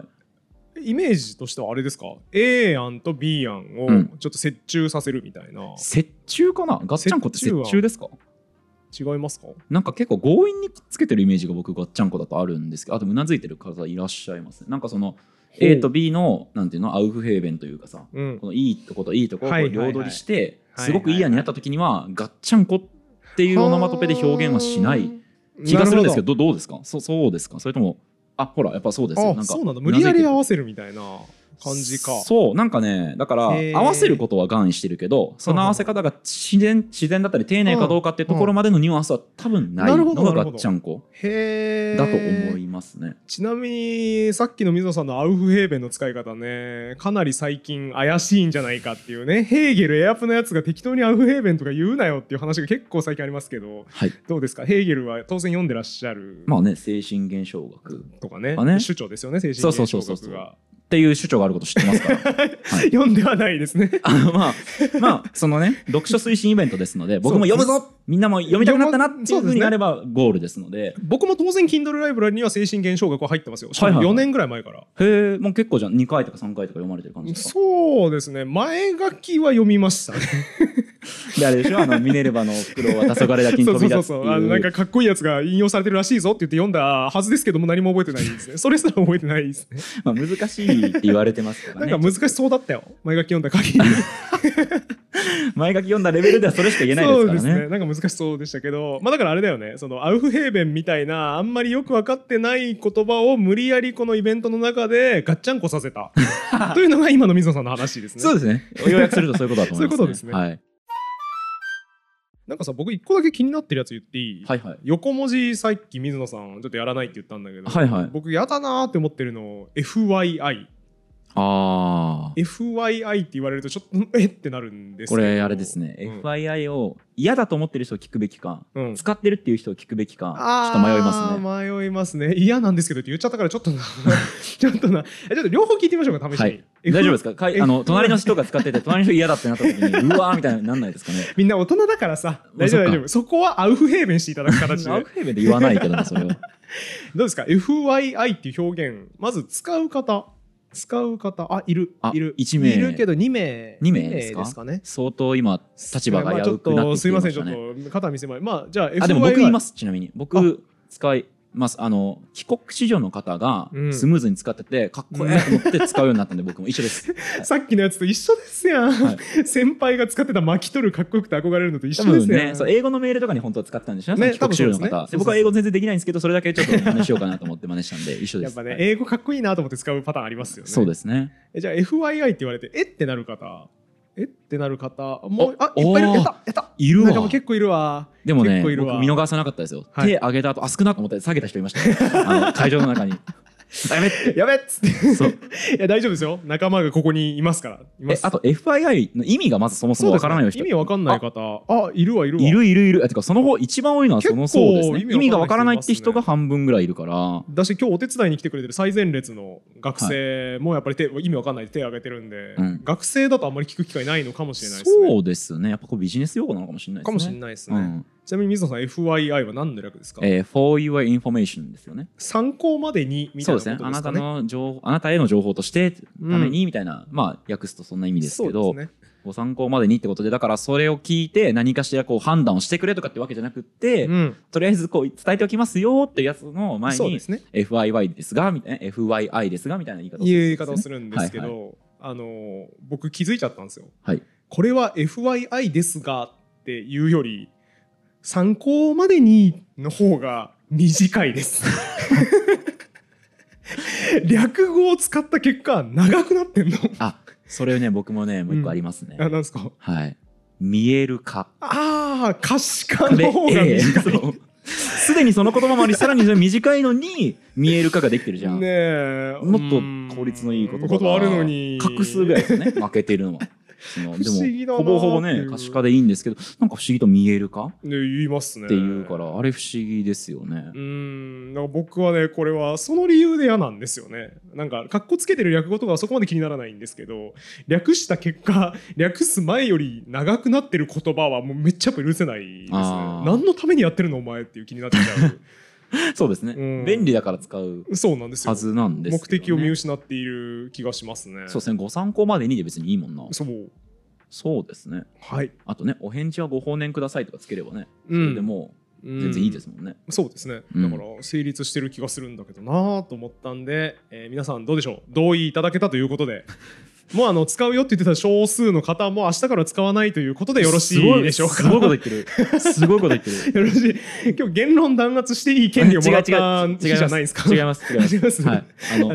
イメージとしてはあれですか？ A 案と B 案をちょっと折衷させるみたいな。 折衷かな？ガッチャンコって折衷ですか？ 違いますか？ なんか結構強引にくっつけてるイメージが僕ガッチャンコだとあるんですけど、あとうなずいてる方いらっしゃいますね。なんかA と B のなんていうのアウフヘーベンというかさ、このいいとこといいとこを両取りしてすごくいい案になった時にはガッチャンコっていうオノマトペで表現はしない気がするんですけど、どうですか？そうですか？それともほらやっぱそうですよ。 そうなんだ。無理やり合わせるみたいな感じか。 そうなんかね、だから合わせることは願意してるけど、その合わせ方が自然だったり丁寧かどうかっていうところまでのニュアンスは多分ないのがガッチャンコだと思いますね。 ちなみにさっきの水野さんのアウフヘーベンの使い方ね、かなり最近怪しいんじゃないかっていうね。ヘーゲルエアプのやつが適当にアウフヘーベンとか言うなよっていう話が結構最近ありますけど、どうですか？ヘーゲルは当然読んでらっしゃる。 まあね、精神現象学とかね、主張ですよね。精神現象学がっていう主張があること知ってますから、 読んではないですね。 まあそのね、読書推進イベントですので、僕も読むぞ、みんなも読みたくなったなっていうふうになればゴールですので、 僕も当然 Kindle ライブラリには精神現象学は入ってますよ。4年ぐらい前から。 へえ、もう結構じゃあ2回とか3回とか読まれてる感じですか？ そうですね、前書きは読みましたね。 であれでしょ、ミネルヴァの袋は黄昏だけに飛び出すっていう。 なんかかっこいいやつが引用されてるらしいぞって言って読んだはずですけども、何も覚えてないですね。それすら覚えてないですね。 まあ難しいって言われてますからね。 なんか難しそうだったよ、前書き読んだ限り。 前書き読んだレベルではそれしか言えないですからね。 そうですね、なんか難しそうでしたけど、だからあれだよね、そのアウフヘーベンみたいなあんまりよく分かってない言葉を無理やりこのイベントの中でガッチャンコさせたというのが今の水野さんの話ですね。 そうですね、要約するとそういうことだと思いますね。 そういうことですね。 はい。 なんかさ、僕一個だけ気になってるやつ言っていい？横文字さっき水野さんちょっとやらないって言ったんだけど、僕やだなーって思ってるの FYI。FYI って言われるとちょっとってなるんですけど、 これあれですね、FYI を嫌だと思ってる人を聞くべきか、使ってるっていう人を聞くべきか、ちょっと迷いますね。 迷いますね。嫌なんですけどって言っちゃったからちょっとちょっと両方聞いてみましょうか、試しに。 大丈夫ですか？隣の人が使ってて隣の人嫌だってなった時にうわーみたいになんないですかね。 みんな大人だからさ、大丈夫。そこはアウフヘーベンしていただく形で。 アウフヘーベンで言わないけどな、それは。どうですか？ FYI っていう表現、まず使う方いる 1名いるけど2名ですかね。相当今立場が危うくなってきていましたね。 すいません、ちょっと肩見せまい。じゃあでも僕言います。ちなみに僕使います。帰国子女の方がスムーズに使っててかっこいいと思って使うようになったんで、僕も一緒です。 さっきのやつと一緒ですやん。先輩が使ってた巻き取るかっこよくて憧れるのと一緒ですやん。 英語のメールとかに本当は使ったんでしょ、帰国子女の方。僕は英語全然できないんですけど、それだけちょっと真似しようかなと思って真似したんで一緒です。 やっぱね、英語かっこいいなと思って使うパターンありますよね。 そうですね。 じゃあ FYI って言われてってなる方、もういっぱいいる。やったいるわ。 なんかもう結構いるわ。 でもね、僕見逃さなかったですよ。手上げた後少なと思って下げた人いました会場の中に。 やべっつって。そう。いや大丈夫ですよ。仲間がここにいますから。 あと FII の意味がまずそもそもわからない人。 意味わかんない方。いるわ。 いる。てかその方一番多いのはそのそうですね。意味がわからないって人が半分ぐらいいるから。 だし今日お手伝いに来てくれてる最前列の学生もやっぱり意味わかんないで手を挙げてるんで、学生だとあんまり聞く機会ないのかもしれないですね。 そうですね。やっぱこうビジネス用語なのかもしれないですね。 かもしれないですね。 ちなみに水野さん FYI は何の略ですか ？For your information ですよね。 参考までにみたいなことですかね。 そうですね。あなたへの情報としてためにみたいな、まあ訳すとそんな意味ですけど、ね、ご参考までにってことで、だからそれを聞いて何かしらこう判断をしてくれとかってわけじゃなくって、とりあえずこう伝えておきますよってやつの前に、ね、FYI ですがみたいな FYI ですがみたいな言い方をするんですね。 いう言い方をするんですけど、僕気づいちゃったんですよ。これは FYI ですがっていうより参考までにの方が短いです略語を使った結果長くなってんの。 あ、それね僕もねもう一個ありますね。 なんですか？ はい。見える化。 可視化の方が短い。 すでにその言葉もあり、さらに短いのに見える化ができてるじゃん。 ねえ、 もっと効率のいい言葉があるのに画数ぐらいですね負けてるのは。でもほぼほぼね可視化でいいんですけど、なんか不思議と見える化って言いますね。 っていうからあれ不思議ですよね。 なんか僕はねこれはその理由で嫌なんですよね。なんかカッコつけてる略語とかはそこまで気にならないんですけど、略した結果略す前より長くなってる言葉はもうめっちゃ許せないですね。何のためにやってるのお前っていう気になっちゃう。 そうですね、便利だから使うはずなんですよね。 目的を見失っている気がしますね。 そうですね、ご参考までにで別にいいもんな。そうですね。 はい。 あとね、お返事はご放念くださいとかつければね、それでもう全然いいですもんね。 そうですね。だから成立してる気がするんだけどなと思ったんで、皆さんどうでしょう。同意いただけたということで。もう使うよって言ってた少数の方も明日から使わないということでよろしいでしょうか。 すごいこと言ってる。すごいこと言ってる。 よろしい。今日言論弾圧していい権利をもらった日じゃないですか。 違います。 はい。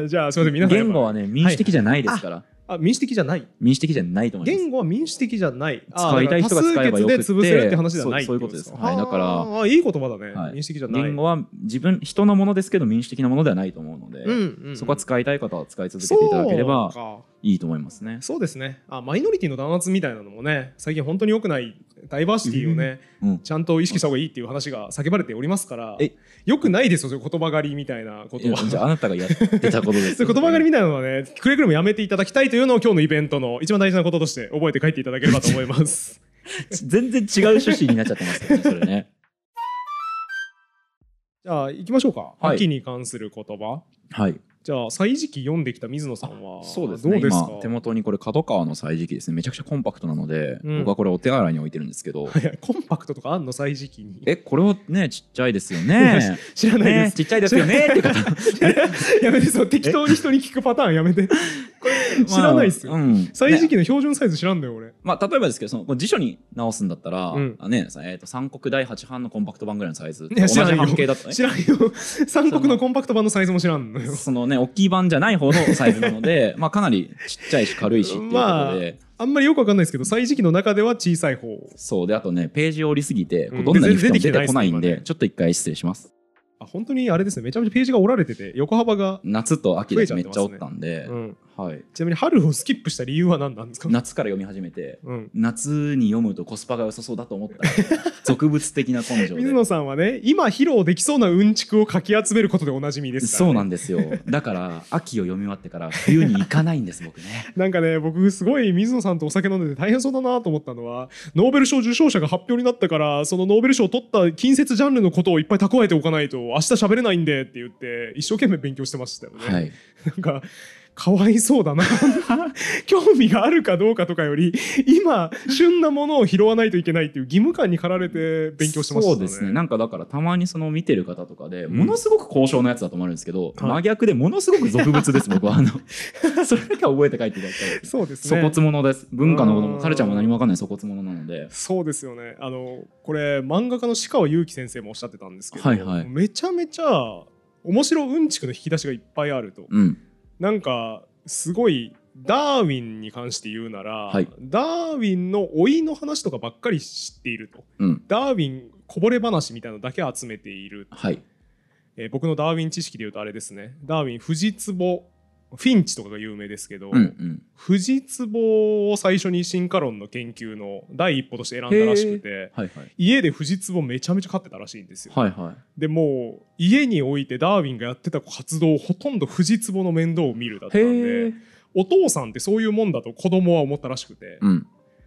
じゃあすみません皆さん。 言語はね民主的じゃないですから。 民主的じゃない。 民主的じゃないと思います。 言語は民主的じゃない。 使いたい人が使えばよくて、 多数決で潰せるって話じゃない。 そういうことです。はい。だからいい言葉だね。民主的じゃない。 言語は人のものですけど民主的なものではないと思うので、そこは使いたい方は使い続けていただければいいと思いますね。 そうですね。マイノリティの弾圧みたいなのもね、最近本当に良くないダイバーシティをね、ちゃんと意識した方がいいっていう話が叫ばれておりますから、良くないですよ、言葉狩りみたいなことは。 じゃああなたがやってたことです。 言葉狩りみたいなのはね、くれぐれもやめていただきたいというのを今日のイベントの一番大事なこととして覚えて帰っていただければと思います。 全然違う趣旨になっちゃってますけどね、それね。 じゃあ行きましょうか。秋に関する言葉。 はい。 じゃあ歳時記読んできた水野さんはそうですね、どうですか？今手元にこれ角川の歳時記ですね。めちゃくちゃコンパクトなので、僕はこれお手洗いに置いてるんですけど。 コンパクトとかあんの歳時記に？ これはねちっちゃいですよね。 知らないです。 ちっちゃいですよねって方。 やめて、そう適当に人に聞くパターンやめて。知らないっすよ。歳時記の標準サイズ知らんだよ俺。 例えばですけど、その辞書に直すんだったらね、三国第8版のコンパクト版ぐらいのサイズ。同じ半径だとね。 知らんよ。三国のコンパクト版のサイズも知らんのよ。 そのね大きい版じゃない方のサイズなので、かなりちっちゃいし軽いしっていうことで、 あんまりよくわかんないですけど歳時記の中では小さい方。 そうで、あとねページを折りすぎてどんなに振っても出てこないんで、ちょっと一回失礼します。 本当にあれですね、めちゃめちゃページが折られてて横幅が夏と秋でめっちゃ折ったんで、 ちなみに春をスキップした理由は何なんですか？ 夏から読み始めて、夏に読むとコスパが良さそうだと思ったら俗物的な根性で。 水野さんはね、今披露できそうなうんちくをかき集めることでおなじみですからね。 そうなんですよ。だから秋を読み終わってから冬に行かないんです僕ね。 なんかね、僕すごい水野さんとお酒飲んでて大変そうだなと思ったのは、ノーベル賞受賞者が発表になったから、そのノーベル賞を取った近接ジャンルのことをいっぱい蓄えておかないと明日喋れないんでって言って一生懸命勉強してましたよね。なんかかわいそうだな興味があるかどうかとかより今旬なものを拾わないといけないっていう義務感に駆られて勉強してましたね。 そうですね。なんかだからたまにその見てる方とかでものすごく高尚なやつだと思うんですけど、真逆でものすごく俗物です僕はそれだけは覚えて帰っていただきたいです。 そうですね。 粗骨者です。文化のこともカルチャーも何も分かんない粗骨者なので。 そうですよね。これ漫画家の鹿川祐希先生もおっしゃってたんですけど、めちゃめちゃ面白うんちくの引き出しがいっぱいあると。なんかすごいダーウィンに関して言うなら、ダーウィンの老いの話とかばっかり知っていると、ダーウィンこぼれ話みたいなのだけ集めている、僕のダーウィン知識で言うとあれですね、ダーウィンフジツボフィンチとかが有名ですけど、フジツボを最初に進化論の研究の第一歩として選んだらしくて、家でフジツボめちゃめちゃ飼ってたらしいんですよ。でもう家においてダーウィンがやってた活動ほとんどフジツボの面倒を見るだったんで、お父さんってそういうもんだと子供は思ったらしくて、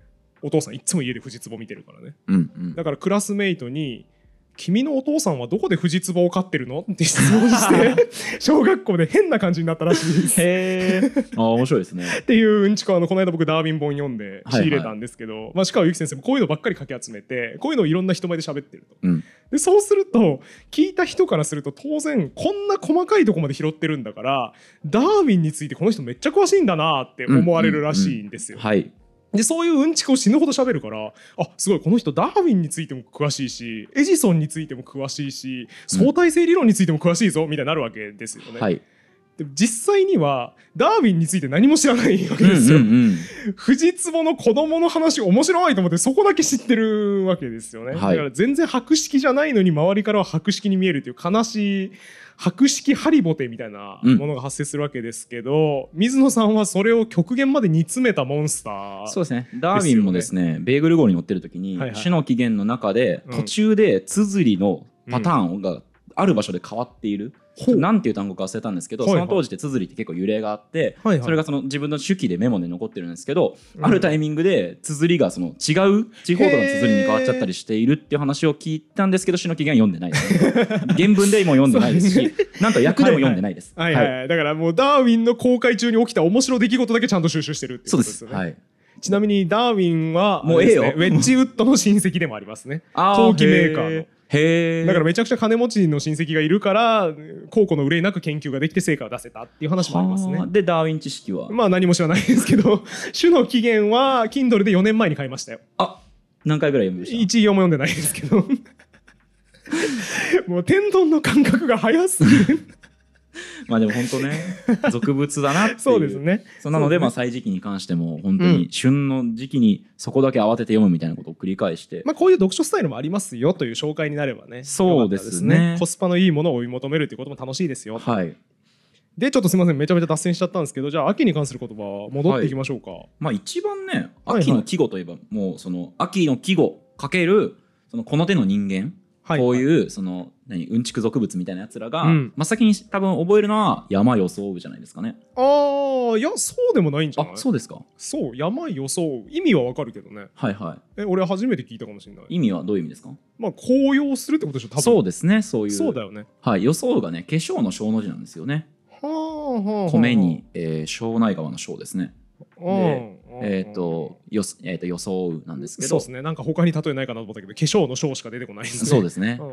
お父さんいつも家で藤壺見てるからね、 うんうん、 だからクラスメイトに君のお父さんはどこで藤壺を飼ってるのって質問して小学校で変な感じになったらしいです。 へー、面白いですねっていううんちくをこの間僕ダーウィン本読んで仕入れたんですけど、鹿尾由紀先生もこういうのばっかりかき集めてこういうのをいろんな人前で喋ってると、 うん、 でそうすると聞いた人からすると当然こんな細かいとこまで拾ってるんだからダーウィンについてこの人めっちゃ詳しいんだなって思われるらしいんですよ。 はい。 でそういううんちくを死ぬほど喋るからすごいこの人ダーウィンについても詳しいしエジソンについても詳しいし相対性理論についても詳しいぞみたいになるわけですよね、 はい、 でも実際にはダーウィンについて何も知らないわけですよ、藤壺の子供の話面白いと思ってそこだけ知ってるわけですよね、 はい、 だから全然博識じゃないのに周りからは博識に見えるという悲しい博識ハリボテみたいなものが発生するわけですけど、水野さんはそれを極限まで煮詰めたモンスター、 そうですね。ダーウィンもですねベーグル号に乗ってる時に、種の起源の中で途中で綴りのパターンがある場所で変わっている、なんていう単語か忘れたんですけど、その当時って綴りって結構揺れがあって、それがその自分の手記でメモで残ってるんですけど、あるタイミングで綴りがその違う地方とかの綴りに変わっちゃったりしているっていう話を聞いたんですけど、種の起源は読んでないですね。原文でも読んでないですし、なんと訳でも読んでないです。 だからもうダーウィンの公開中に起きた面白い出来事だけちゃんと収集してるっていうことですよね。 そうです。はい。 ちなみにダーウィンはもうウェッジウッドの親戚でもありますね。陶器メーカーの。だからめちゃくちゃ金持ちの親戚がいるから高庫の憂いなく研究ができて成果を出せたっていう話もありますね。 でダーウィン知識は何も知らないですけど種の起源は Kindle で4年前に買いましたよ。 何回ぐらい読みました？ 一行も読んでないですけどもう天丼の感覚が早すぎるでも本当ね俗物だなっていうそうですね。 なので歳時期に関しても本当に旬の時期にそこだけ慌てて読むみたいなことを繰り返して、 こういう読書スタイルもありますよという紹介になればね。 そうですね。 コスパのいいものを追い求めるということも楽しいですよ。 はい。 でちょっとすみませんめちゃめちゃ脱線しちゃったんですけど、じゃあ秋に関する言葉戻っていきましょうか。 一番ね秋の季語といえばもうその秋の季語かけるそのこの手の人間、こういうそのうんちく俗物みたいなやつらが、真っ先に多分覚えるのは山装うじゃないですかね。 いやそうでもないんじゃない？ そうですか。 そう山装う意味はわかるけどね。 はいはい。 俺初めて聞いたかもしれない。 意味はどういう意味ですか？ 高揚するってことでしょ多分。 そうですね。そうだよね。 はい。装うがね化粧の小の字なんですよね。米に庄内川の庄ですね。装うなんですけど、 そうですね。なんか他に例えないかなと思ったけど化粧の章しか出てこないですね。 そうですね。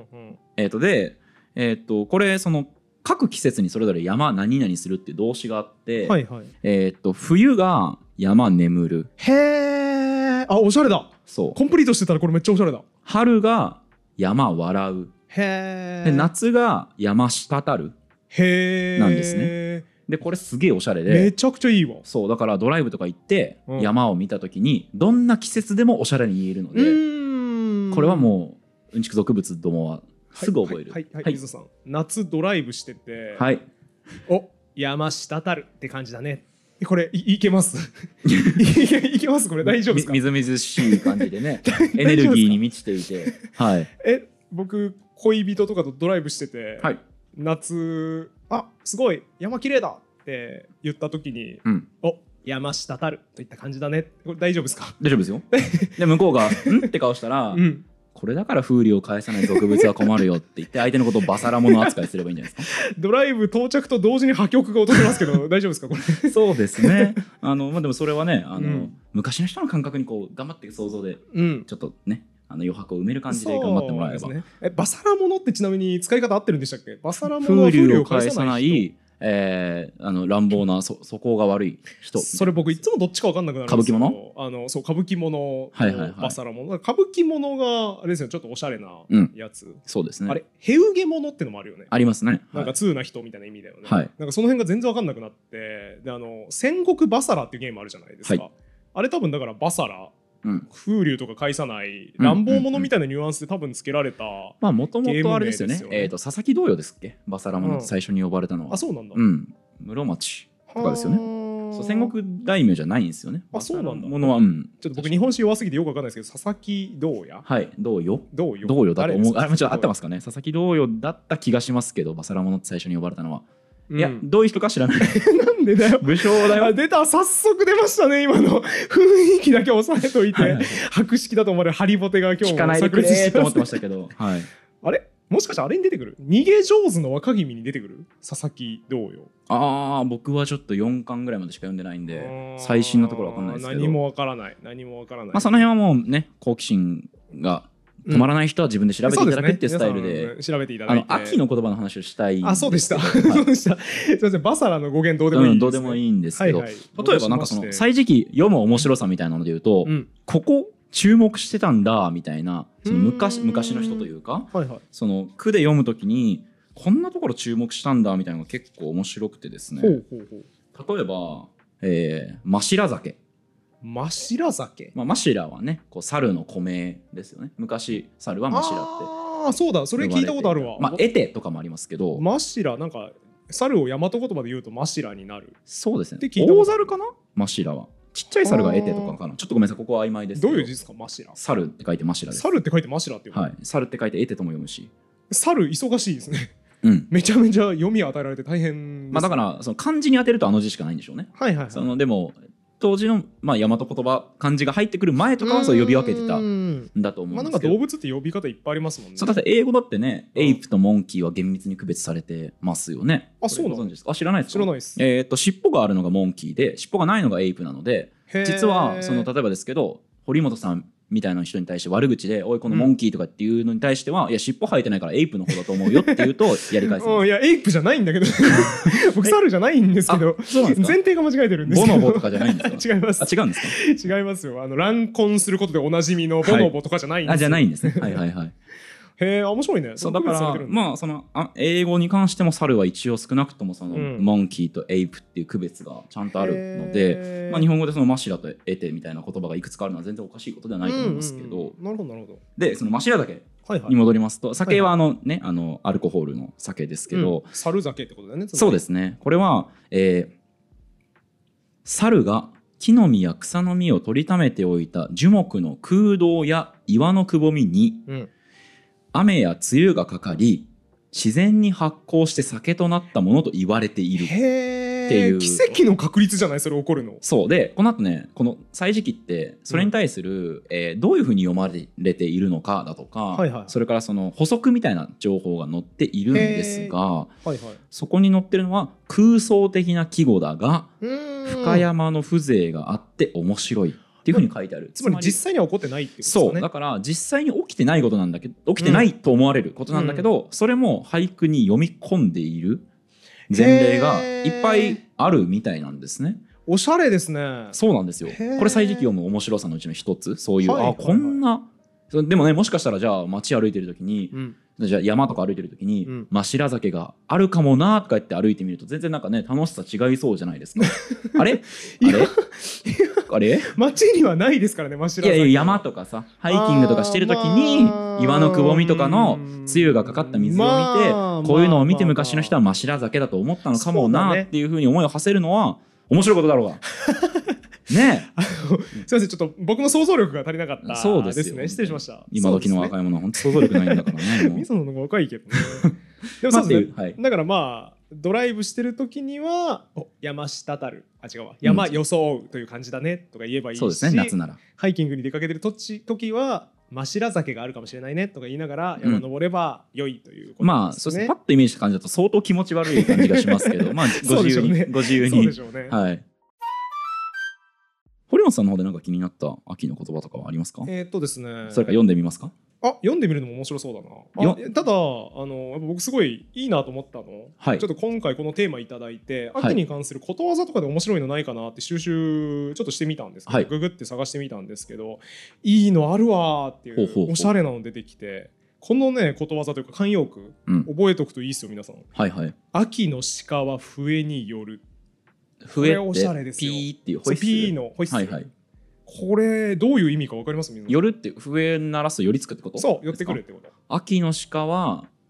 これその各季節にそれぞれ山何々するっていう動詞があって、冬が山眠る。 へえ。おしゃれだ。そう。コンプリートしてたらこれめっちゃおしゃれだ。 春が山笑う。 へえ。 夏が山滴る。 へえ。 なんですね。でこれすげえおしゃれでめちゃくちゃいいわ。 そうだからドライブとか行って山を見た時にどんな季節でもおしゃれに言えるので、これはもううんちく俗物どもはすぐ覚える。 水野さん夏ドライブしてて、山滴るって感じだね。これいけますいけますこれ大丈夫ですか？ みずみずしい感じでねエネルギーに満ちていて僕恋人とかとドライブしてて、夏すごい山綺麗だって言った時に、山滴るといった感じだね。これ大丈夫ですか？ 大丈夫ですよ。で向こうが「ん?」って顔したら、これだから風流を返さない俗物は困るよって言って相手のことをバサラモノ扱いすればいいんじゃないですか？ ドライブ到着と同時に破局が訪れますけど大丈夫ですかこれ？ そうですね。でもそれはね昔の人の感覚にこう頑張って想像でちょっとね余白を埋める感じで頑張ってもらえば。 バサラモノってちなみに使い方合ってるんでしたっけ？バサラモノは風流を返さない乱暴な素行が悪い人。 それ僕いつもどっちか分かんなくなるんですけど、歌舞伎物バサラモノ、歌舞伎物があれですよちょっとおしゃれなやつ。 そうですね。 あれヘウゲモノってのもあるよね。 ありますね。 なんか通な人みたいな意味だよね。なんかその辺が全然分かんなくなって、で戦国バサラっていうゲームあるじゃないですか。あれ多分だからバサラ風流とか返さない乱暴者みたいなニュアンスで多分つけられたもともとあれですよね。佐々木童謡ですっけ？バサラモノって最初に呼ばれたのは。 そうなんだ。 室町とかですよね。戦国大名じゃないんですよね。 そうなんだ。 ものはちょっと僕日本史弱すぎてよくわかんないですけど、佐々木童謡。 童謡だと思う。合ってますかね。佐々木童謡だった気がしますけど、バサラモノって最初に呼ばれたのは。 いやどういう人か知らないなんでだよ。 武将だよ。 出た、早速出ましたね今の雰囲気だけ押さえといて博識だと思われるハリボテが今日も聞かないでくれーと思ってましたけど、はい、 あれもしかしてあれに出てくる、逃げ上手の若君に出てくる佐々木同様。 僕はちょっと4巻ぐらいまでしか読んでないんで最新のところは分かんないですけど、 何もわからない。その辺はもうね好奇心が止まらない人は自分で調べていただくっていうスタイルで、 調べていただいて、 秋の言葉の話をしたいんですけど。 そうでしたそうでした。すいません、バサラの語源どうでもいいですね。 どうでもいいんですけど、例えばなんかその歳時記読む面白さみたいなので言うと、ここ注目してたんだみたいな、その昔の人というか、その句で読むときにこんなところ注目したんだみたいなのが結構面白くてですね。例えばマシラ酒。 マシラ酒、 マシラはねこう猿の古名ですよね。昔猿はマシラって、 そうだ、それ聞いたことあるわ。 エテとかもありますけど、 マシラなんか猿を大和言葉で言うとマシラになる。 そうですね。大猿かな、マシラは。ちっちゃい猿がエテとかかな。ちょっとごめんなさい、ここは曖昧ですけど。 どういう字ですかマシラ。 猿って書いてマシラです。 猿って書いてマシラっていう。 はい、猿って書いてエテとも読むし。 猿忙しいですね。めちゃめちゃ読み与えられて大変です。 だからその漢字に当てるとあの字しかないんでしょうね。そのでも当時の大和言葉漢字が入ってくる前とかはそう呼び分けてたんだと思うんですけど、 なんか動物って呼び方いっぱいありますもんね。 だって英語だってね、エイプとモンキーは厳密に区別されてますよね。 そうなんですか。 知らないですか。 知らないです。 尻尾があるのがモンキーで尻尾がないのがエイプなので、実はその例えばですけど堀本さんみたいな人に対して悪口でおいこのモンキーとかっていうのに対しては、いや尻尾生えてないからエイプの方だと思うよって言うとやり返すいやエイプじゃないんだけど僕猿じゃないんですけど、前提が間違えてるんですけど。 ボノボとかじゃないんですか。 違います。 違うんですか。 違いますよ。乱婚することでおなじみのボノボとかじゃないんですよ。 じゃないんですね。はいはいはい。 へえ、面白いね。 そうだからその英語に関しても猿は一応少なくともそのモンキーとエイプっていう区別がちゃんとあるので、日本語でそのマシラとエテみたいな言葉がいくつかあるのは全然おかしいことではないと思いますけど。 なるほどなるほど。 でそのマシラ酒に戻りますと、酒はアルコホールの酒ですけど、 猿酒ってことだよね。 そうですね。これは猿が木の実や草の実を取りためておいた樹木の空洞や岩のくぼみに、雨や梅雨がかかり自然に発酵して酒となったものと言われているっていう。 奇跡の確率じゃないそれ起こるの。 そうで、この後ねこの歳時記ってそれに対する、どういうふうに読まれているのかだとか、それからその補足みたいな情報が載っているんですが、そこに載ってるのは空想的な季語だが深山の風情があって面白いっていうふうに書いてある。 つまり実際には起こってないってことですかね。 そうだから実際に起きてないことなんだけど、起きてないと思われることなんだけど、それも俳句に読み込んでいる前例がいっぱいあるみたいなんですね。 おしゃれですね。 そうなんですよ。これ歳時記読む面白さのうちの一つ。そういう、こんなでもね、もしかしたらじゃあ街歩いてる時に、じゃあ山とか歩いてる時に、マシラ酒があるかもなとか言って歩いてみると全然なんかね楽しさ違いそうじゃないですか。あれあれ街にはないですからね、マシラ酒。 いや山とかさハイキングとかしてる時に岩のくぼみとかの梅雨がかかった水を見て、こういうのを見て昔の人はマシラ酒だと思ったのかもなっていうふうに思いを馳せるのは面白いことだろうが。ねすいません、ちょっと僕の想像力が足りなかったですね。失礼しました。 今時の若い者は本当想像力ないんだからね。 水野の方が若いけどね。でもそうですね。だからドライブしてる時には山滴る、違うわ、山装うという感じだねとか言えばいいし、 そうですね、夏ならハイキングに出かけてる時はマシラ酒があるかもしれないねとか言いながら山登れば良いということですね。 そうですね。パッとイメージした感じだと相当気持ち悪い感じがしますけど、ご自由にご自由に。 そうでしょうね。 はい。堀本さんの方で何か気になった秋の言葉とかはありますか？ ですね。 それか読んでみますか？ 読んでみるのも面白そうだな。ただやっぱ僕すごいいいなと思ったの、ちょっと今回このテーマいただいて、秋に関することわざとかで面白いのないかなって収集ちょっとしてみたんですけど、ググって探してみたんですけど、いいのあるわーっていうおしゃれなの出てきて、このねことわざというか慣用句、覚えておくといいですよ皆さん。秋の鹿は笛による。 笛おしゃれですよ。 ピーっていうホイッスル。 ピーのホイッスル。これどういう意味か分かります？ 寄るって笛鳴らすと寄りつくってこと？ そう、寄ってくるってこと。 秋の鹿は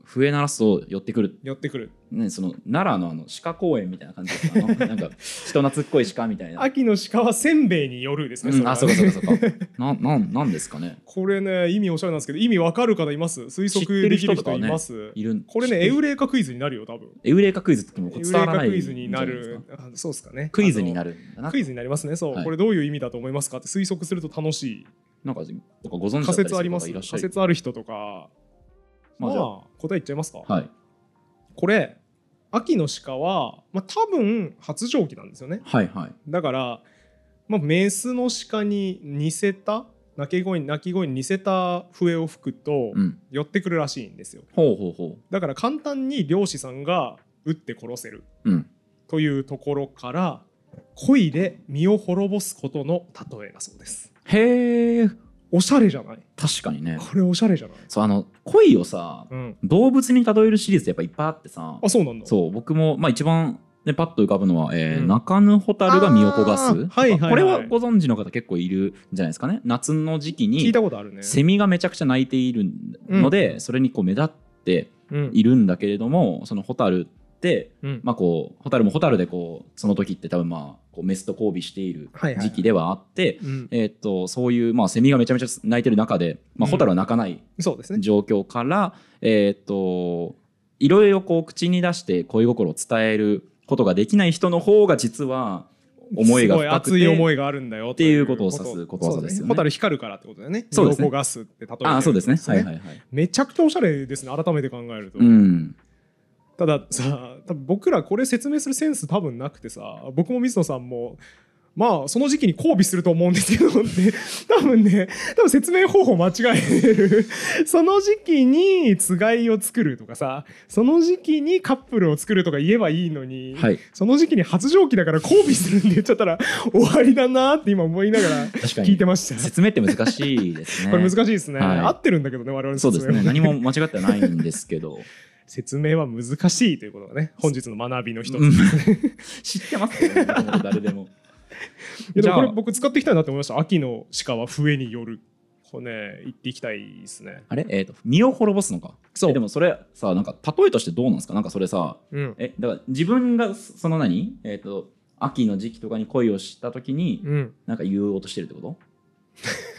笛鳴らすと寄ってくる。ね、その奈良の鹿公園みたいな感じですか。なんか人懐っこい鹿みたいな。 秋の鹿はせんべいによるですね。 あ、そうかそうかそうか。なんですかね。 これね、意味おしゃれなんですけど、意味わかる方います？推測できる人います？ いる。 これね、エウレカクイズになるよ多分。 エウレカクイズっても伝わらない。 エウレカクイズになる。そうですかね。 クイズになる。 クイズになりますね。そう、これどういう意味だと思いますかって推測すると楽しい。 なんかご存知だったりする方いらっしゃる。仮説あります。 仮説ある人とか。まあ答え言っちゃいますか。 はい。 これ秋の鹿は、多分発情期なんですよね。 はいはい。 だから、メスの鹿に似せた鳴き声に似せた笛を吹くと寄ってくるらしいんですよ。だから簡単に猟師さんが撃って殺せる、というところから恋で身を滅ぼすことの例えだそうです。 へー、 おしゃれじゃない？ 確かにね。 これおしゃれじゃない？ そう、恋をさ、動物に例えるシリーズやっぱいっぱいあってさ。 あ、そうなんだ。 そう、僕も一番ねパッと浮かぶのは、鳴かぬ蛍が身を焦がす。これはご存知の方結構いるんじゃないですかね。夏の時期に聞いたことあるね。 セミがめちゃくちゃ鳴いているので、それにこう目立っているんだけれども、その蛍で、こう蛍も蛍でこうその時って多分こうメスと交尾している時期ではあって、そういうセミがめちゃめちゃ鳴いてる中で、蛍は鳴かない状況から、いろいろこう口に出して恋心を伝えることができない人の方が実は思いが深くて、すごい熱い思いがあるんだよっていうことを指すことわざですよね。 蛍光るからってことだよね。 そうですね。 身を焦がすって例えてる。 あ、そうですね。はいはいはい。 めちゃくちゃおしゃれですね。改めて考えると。たださ、多分僕らこれ説明するセンス多分なくてさ、僕も水野さんもその時期に交尾すると思うんですけど多分説明方法間違えるその時期につがいを作るとかさ、その時期にカップルを作るとか言えばいいのに、その時期に発情期だから交尾するんで言っちゃったら終わりだなって今思いながら聞いてました。 説明って難しいですね。 これ難しいですね。合ってるんだけどね、我々の説明。 そうですね。何も間違ってはないんですけど説明は難しいということがね、本日の学びの一つですね。 知ってますよね、誰でも。 でもこれ僕使っていきたいなと思いました。秋の鹿は笛による。これね、言っていきたいですね。 あれ、身を滅ぼすのか。そう。でもそれさ、なんか例えとしてどうなんですか。なんかそれさ、だから自分がその秋の時期とかに恋をした時に、なんか言おうとしてるってこと？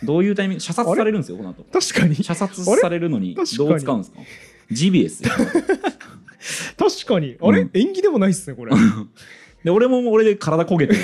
どういうタイミング？射殺されるんですよ、この後。 確かに。 射殺されるのにどう使うんですか？ジビエですよ。 確かに。あれ、縁起でもないっすね、これ。 で俺で体焦げてるし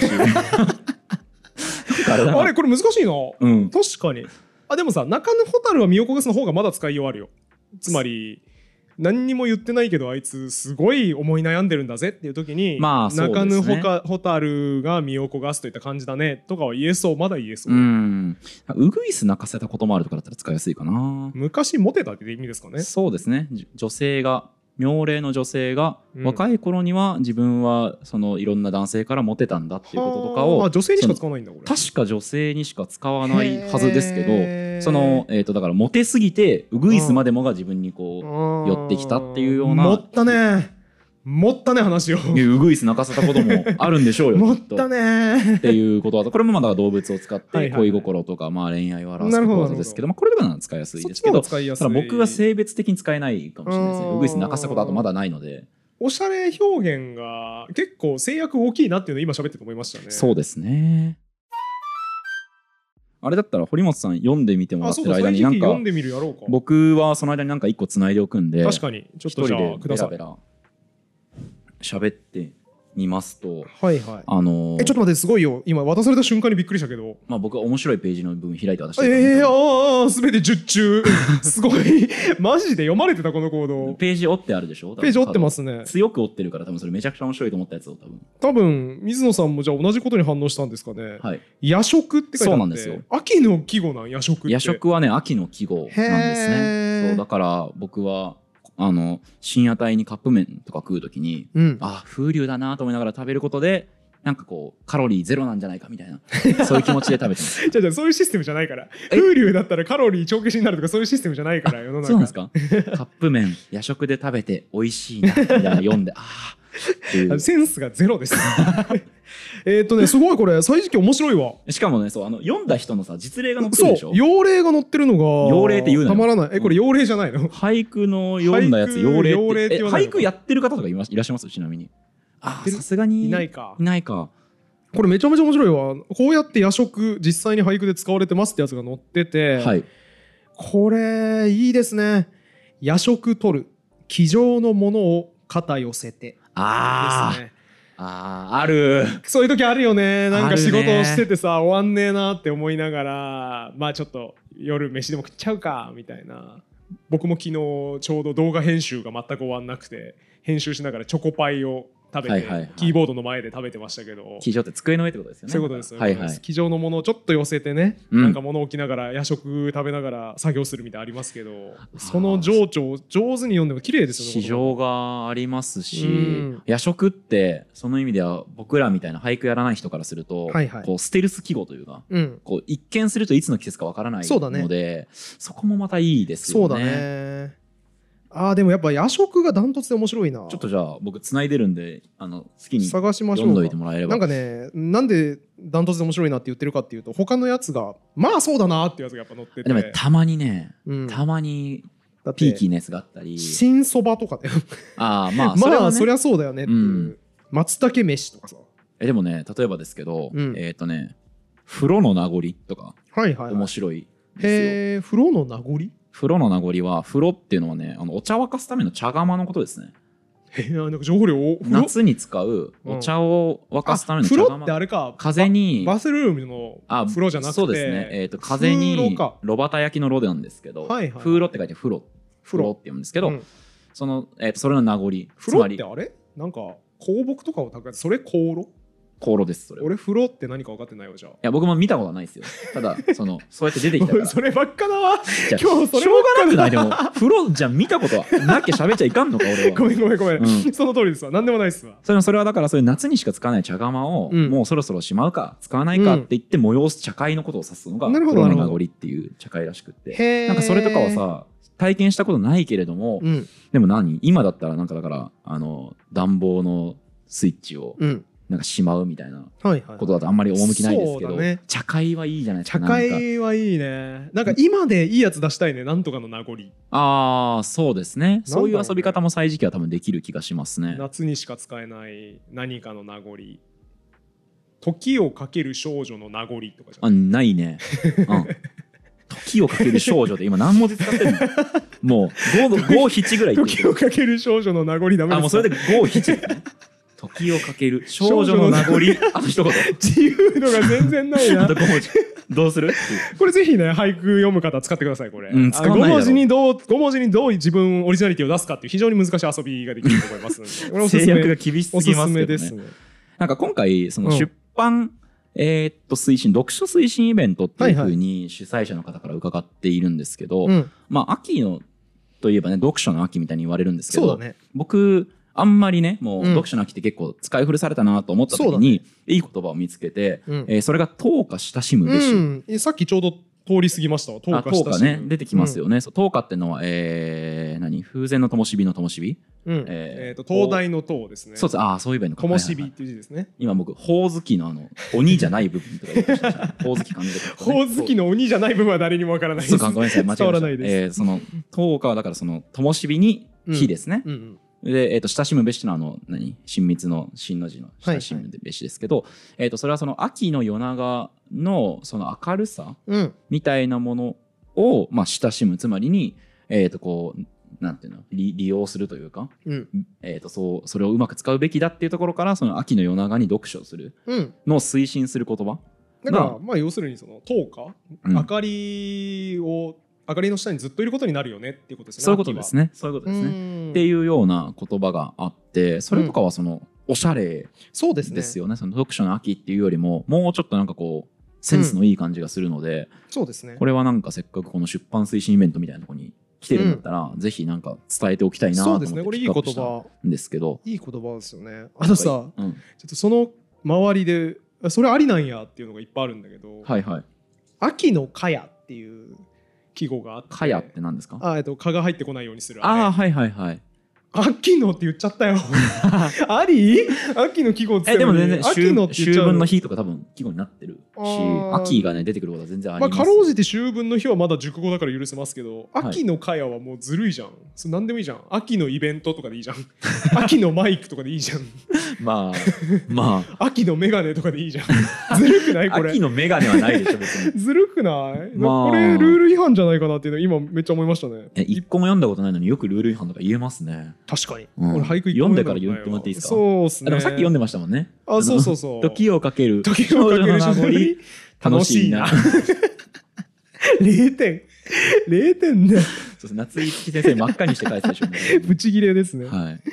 あれこれ難しいな、確かに。でもさ、鳴かぬ蛍は身を焦がすの方がまだ使いようあるよ。つまり何にも言ってないけどあいつすごい思い悩んでるんだぜっていう時に、鳴かぬ蛍が身を焦がすといった感じだねとかは言えそう。まだ言えそう。 ウグイス鳴かせたこともあるとかだったら使いやすいかな。 昔モテたって意味ですかね。 そうですね。妙齢の女性が若い頃には自分はそのいろんな男性からモテたんだっていうこととかを、 女性にしか使わないんだこれ。 確か女性にしか使わないはずですけど、そのだからモテすぎてウグイスまでもが自分にこう寄ってきたっていうような。 持ったね話を。 ウグイス泣かせたこともあるんでしょうよ。 持ったねっていうことは、これもだから動物を使って恋心とか恋愛を表すことわざですけど、これとかなら使いやすいですけど、ただ僕は性別的に使えないかもしれないですね。ウグイス泣かせたことあとまだないので。 おしゃれ表現が結構制約大きいなっていうのを今喋ってて思いましたね。 そうですね。あれだったら堀本さん読んでみてもらってる間になんか僕はその間になんか一個つないでおくんで、 確かにちょっとじゃあください。 ベラベラ喋ってみますと、 ちょっと待って、すごいよ。今渡された瞬間にびっくりしたけど、 僕は面白いページの部分開いて渡して全て術中すごいマジで読まれてたこのコード。 ページ折ってあるでしょ。 ページ折ってますね。 強く折ってるから多分それめちゃくちゃ面白いと思ったやつを多分水野さんもじゃあ同じことに反応したんですかね。夜食って書いてあって。そうなんですよ。秋の季語なん夜食って。 夜食はね秋の季語なんですね。そうだから僕は深夜帯にカップ麺とか食うときに、風流だなと思いながら食べることでなんかこうカロリーゼロなんじゃないかみたいなそういう気持ちで食べてます。 じゃあそういうシステムじゃないから。風流だったらカロリー帳消しになるとかそういうシステムじゃないから世の中。 そうなんですか。カップ麺夜食で食べて美味しいなみたいな読んでっていうセンスがゼロですすごいこれ歳時記面白いわ。 しかもね、そう読んだ人のさ実例が載ってるでしょ。 そう要例が載ってるのが要例って言うのよたまらない。これ要例じゃないの？ 俳句の読んだやつ要例って俳句やってる方とかいらっしゃいます？ちなみに。さすがにいないか。 これめちゃめちゃ面白いわ。こうやって夜食実際に俳句で使われてますってやつが載ってて、はい、これいいですね。夜食取る机上のものを肩寄せてですね。 ある。 そういう時あるよね。なんか仕事をしててさ、終わんねえなって思いながら、まあちょっと夜飯でも食っちゃうかみたいな。僕も昨日ちょうど動画編集が全く終わんなくて、編集しながらチョコパイを食べて、キーボードの前で食べてましたけど、 机上って机の上ってことですよね。 そういうことですよ。机上のものをちょっと寄せてね、なんか物置きながら夜食食べながら作業するみたいなありますけど、その情緒を上手に読んでも綺麗ですよね。 市場がありますし、夜食ってその意味では僕らみたいな俳句やらない人からすると、こうステルス記号というか、こう一見するといつの季節かわからないので、そこもまたいいですよね。 そうだね。でもやっぱ夜食がダントツで面白いな。 ちょっとじゃあ僕つないでるんで好きに探しましょう。 読んどいてもらえれば。 なんかね、なんでダントツで面白いなって言ってるかっていうと、他のやつがまあそうだなっていうやつがやっぱ載ってて、 でもたまにね、たまにピーキーなやつがあったり、 新そばとかねまあそりゃそうだよねっていう、松茸飯とかさ。 でもね、例えばですけど、風呂の名残とか面白いですよ。 風呂の名残？ 風呂の名残は、風呂っていうのはね、お茶沸かすための茶釜のことですね。 なんか情報量夏に使うお茶を沸かすための茶釜。 風呂ってあれか、 風にバスルームの風呂じゃなくて、 そうですね、風に炉端焼きの炉なんですけど、風呂って書いて風呂って言うんですけど、それの名残。 風呂ってあれなんか香木とかを炊くやつ、それ香炉？ 香炉です。それ俺風呂って何か分かってないわ。じゃあいや僕も見たことないですよ。ただそうやって出てきたからそればっかだわ今日。それしょうがなくない？でも風呂じゃ見たことはなきゃ喋っちゃいかんのか俺は。 ごめん、その通りですわ。何でもないっすわ。 それはだから、そういう夏にしか使わない茶釜を、もうそろそろしまうか使わないかって言って催す茶会のことを指すのが風呂の名残っていう茶会らしくって、なんかそれとかはさ体験したことないけれども、でも今だったらなんかだから暖房のスイッチをなんかしまうみたいなことだとあんまり趣ないですけど、茶会はいいじゃないですか。 茶会はいいね。なんか今でいいやつ出したいね。なんとかの名残。 そうですね。そういう遊び方も歳時記は多分できる気がしますね。 夏にしか使えない何かの名残。時をかける少女の名残とかじゃないね。時をかける少女で今何文字使ってるの？もう5、7ぐらい。 時をかける少女の名残ダメですか？ もうそれで5、7。時をかける少女の名残。あと一言。 自由度が全然ないな。 あと5文字。どうする？ これぜひね、俳句読む方使ってください。これ 5文字にどう自分オリジナリティを出すかっていう非常に難しい遊びができると思いますので、 制約が厳しすぎますけどね。 おすすめですね。 なんか今回その出版読書推進イベントっていうふうに主催者の方から伺っているんですけど、秋のといえばね、読書の秋みたいに言われるんですけど、僕あんまりね、もう読書の秋って結構使い古されたなと思った時にいい言葉を見つけて、それが等価親しむべし。 さっきちょうど通り過ぎましたわ。等価ね、出てきますよね。等価ってのは風前の灯火の灯火、 東大の塔ですね。 そうです。そういう場合の灯火っていう字ですね。 今僕ほおずきの鬼じゃない部分とか言いましたほおずき感じでほおずきの鬼じゃない部分は誰にもわからないです。 ごめんなさい、間違えました。その等価はだからその灯火に火ですね。で、親しむべしというのは親密の親の字の親しむべしですけど、それはその秋の夜長のその明るさみたいなものを、親しむ、つまりに、こうなんていうの、利用するというか、それをうまく使うべきだっていうところから、その秋の夜長に読書をするのを推進する言葉だから要するにその灯火、明かりの下にずっといることになるよねっていうことですね。 そういうことですね。っていうような言葉があって、それとかはそのおしゃれですよね。その読書の秋っていうよりももうちょっとなんかこうセンスのいい感じがするので、 そうですね。 これはなんかせっかくこの出版推進イベントみたいなところに来てるんだったら、ぜひなんか伝えておきたいなと思ってピックアップしたんですけど。 いい言葉ですよね。あとさ、ちょっとその周りでそれありなんやっていうのがいっぱいあるんだけど、秋の蚊帳っていう季語があって。 蚊帳って何ですか？ 蚊が入ってこないようにする。 秋のって言っちゃったよあり秋の季語ってでも全然秋のって言っちゃう秋分の日とか多分季語になってるし、秋がね出てくることは全然あります。 かろうじて秋分の日はまだ熟語だから許せますけど、秋のかやはもうずるいじゃん。それ何でもいいじゃん。秋のイベントとかでいいじゃん秋のマイクとかでいいじゃんまあ秋のメガネとかでいいじゃんずるくないこれ。 秋のメガネはないでしょ別にずるくない、これルール違反じゃないかなっていうの今めっちゃ思いましたね。 一個も読んだことないのによくルール違反とか言えますね。 確かに、 俺俳句読んでから言ってもらっていいですか。 そうっすね。 でもさっき読んでましたもんね。 そう時をかける少女の名残楽しいな 0点0点ね。 そう夏井先生真っ赤にして返すでしょブチギレですね。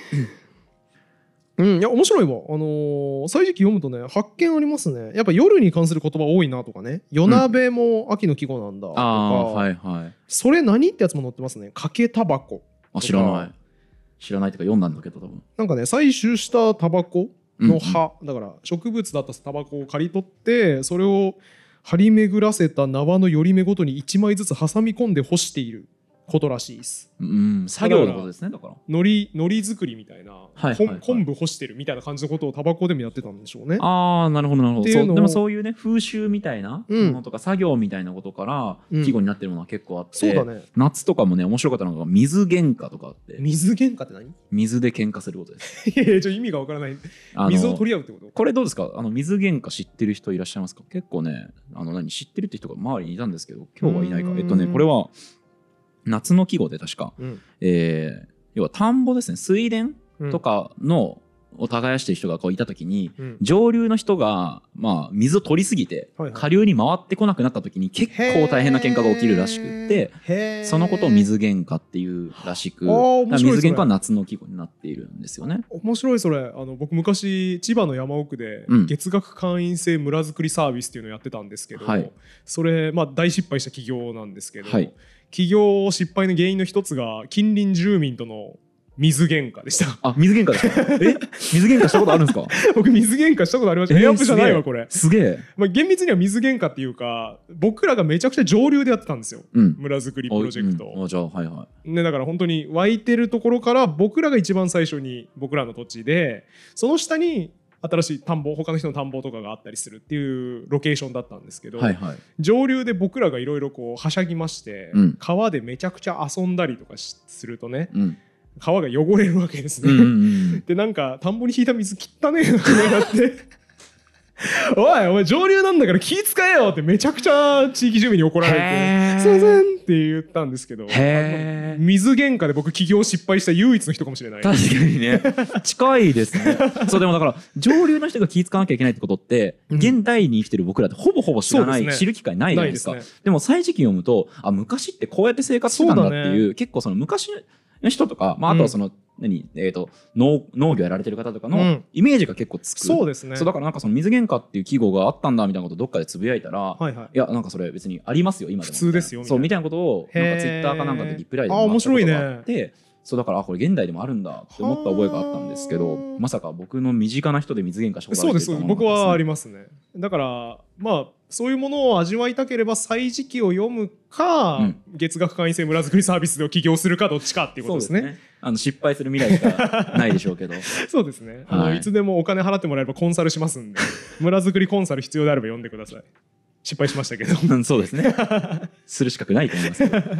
いや面白いわ。歳時記読むとね発見ありますね。やっぱ夜に関する言葉多いなとかね。夜鍋も秋の季語なんだとか、それ何ってやつも載ってますね。かけタバコ。 知らないっていうか読んだんだけど多分なんかね採集したタバコの葉、だから植物だったタバコを刈り取ってそれを張り巡らせた縄の寄り目ごとに1枚ずつ挟み込んで干していることらしいです。 作業のことですね。だから海苔作りみたいな、昆布干してるみたいな感じのことをタバコでもやってたんでしょうね。 なるほどなるほど。でもそういうね風習みたいなものとか作業みたいなことから季語になってるものは結構あって、そうだね。夏とかもね面白かったのが水喧嘩とかあって。 水喧嘩って何？水で喧嘩することです。 いや意味がわからない。水を取り合うってこと？ これどうですか？水喧嘩知ってる人いらっしゃいますか？結構ね知ってるって人が周りにいたんですけど今日はいないか。これは夏の季語で確か、要は田んぼですね、水田とかのを耕してる人がこういた時に、上流の人が水を取りすぎて下流に回ってこなくなった時に結構大変な喧嘩が起きるらしくってそのことを水喧嘩っていうらしく、水喧嘩は夏の季語になっているんですよね。 面白いそれ。僕昔千葉の山奥で月額会員制村づくりサービスっていうのをやってたんですけど、それ大失敗した企業なんですけど、企業失敗の原因の一つが近隣住民との水喧嘩でした。 水喧嘩ですか？水喧嘩したことあるんですか？僕水喧嘩したことありました。エアップじゃないわこれ。 すげえ。 厳密には水喧嘩っていうか僕らがめちゃくちゃ上流でやってたんですよ、村づくりプロジェクト。 じゃあはいはい。 ね、だから本当に湧いてるところから僕らが一番最初に僕らの土地でその下に新しい田んぼ他の人の田んぼとかがあったりするっていうロケーションだったんですけど、上流で僕らがいろいろこうはしゃぎまして、川でめちゃくちゃ遊んだりとかするとね、川が汚れるわけですね。でなんか田んぼに引いた水汚ねえなってなってお前上流なんだから気使えよってめちゃくちゃ地域住民に怒られてすいませんって言ったんですけど、水喧嘩で僕起業失敗した唯一の人かもしれない。 確かにね近いですねそうでもだから上流の人が気使わなきゃいけないってことって、現代に生きてる僕らってほぼほぼ知らない、知る機会ないじゃないですか。でも歳時記読むと昔ってこうやって生活してたんだっていう、結構その昔の人とか、あとはその農業やられてる方とかのイメージが結構つく。 そうですね。 だからなんかその水喧嘩っていう季語があったんだみたいなことをどっかでつぶやいたら、いやなんかそれ別にありますよ今でも普通ですよみたいなことをなんかツイッターかなんかでリプライでもらったことがあって、そうだからこれ現代でもあるんだって思った覚えがあったんですけど、まさか僕の身近な人で水喧嘩したことあるっていうのは。 そうです。僕はありますね。だからそういうものを味わいたければ歳時記を読むか、月額会員制村づくりサービスで起業するかどっちかっていうことですね。 失敗する未来しかないでしょうけどそうですね。いつでもお金払ってもらえればコンサルしますんで村づくりコンサル必要であれば読んでください。失敗しましたけどそうですねする資格ないと思いますけどちょっ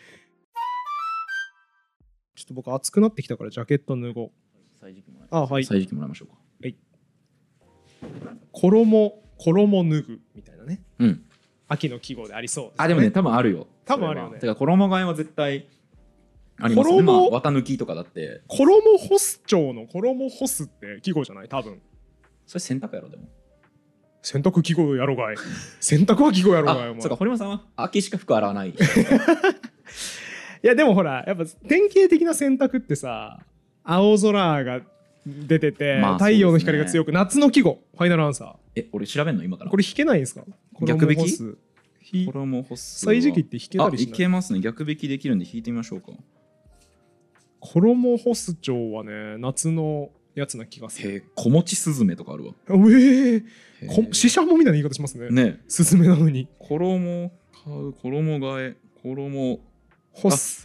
と僕熱くなってきたからジャケット脱ごう。 歳時記もらいましょうか。 はい。衣脱ぐみたいなね、秋の季語でありそうですね。 でもね多分あるよ。 多分あるよね。 てか衣替えは絶対ありますね。綿抜きとかだって衣干す町の衣干すって季語じゃない？多分それ洗濯やろ。でも洗濯季語やろがい洗濯は季語やろがい。お前そうか、堀間さんは秋しか服洗わないいやでもほらやっぱ典型的な洗濯ってさ青空が出てて、太陽の光が強く夏の季語。ファイナルアンサー。 俺調べんの今から。 これ引けないんですか？ 逆引き？衣干す歳時記って引けたりしない？ いけますね。逆引きできるんで引いてみましょうか。 衣干す町はね夏のやつな気がする。 小持スズメとかあるわ。 ししゃもみたいな言い方しますね。スズメなのに。 衣買う、衣替え、衣干す。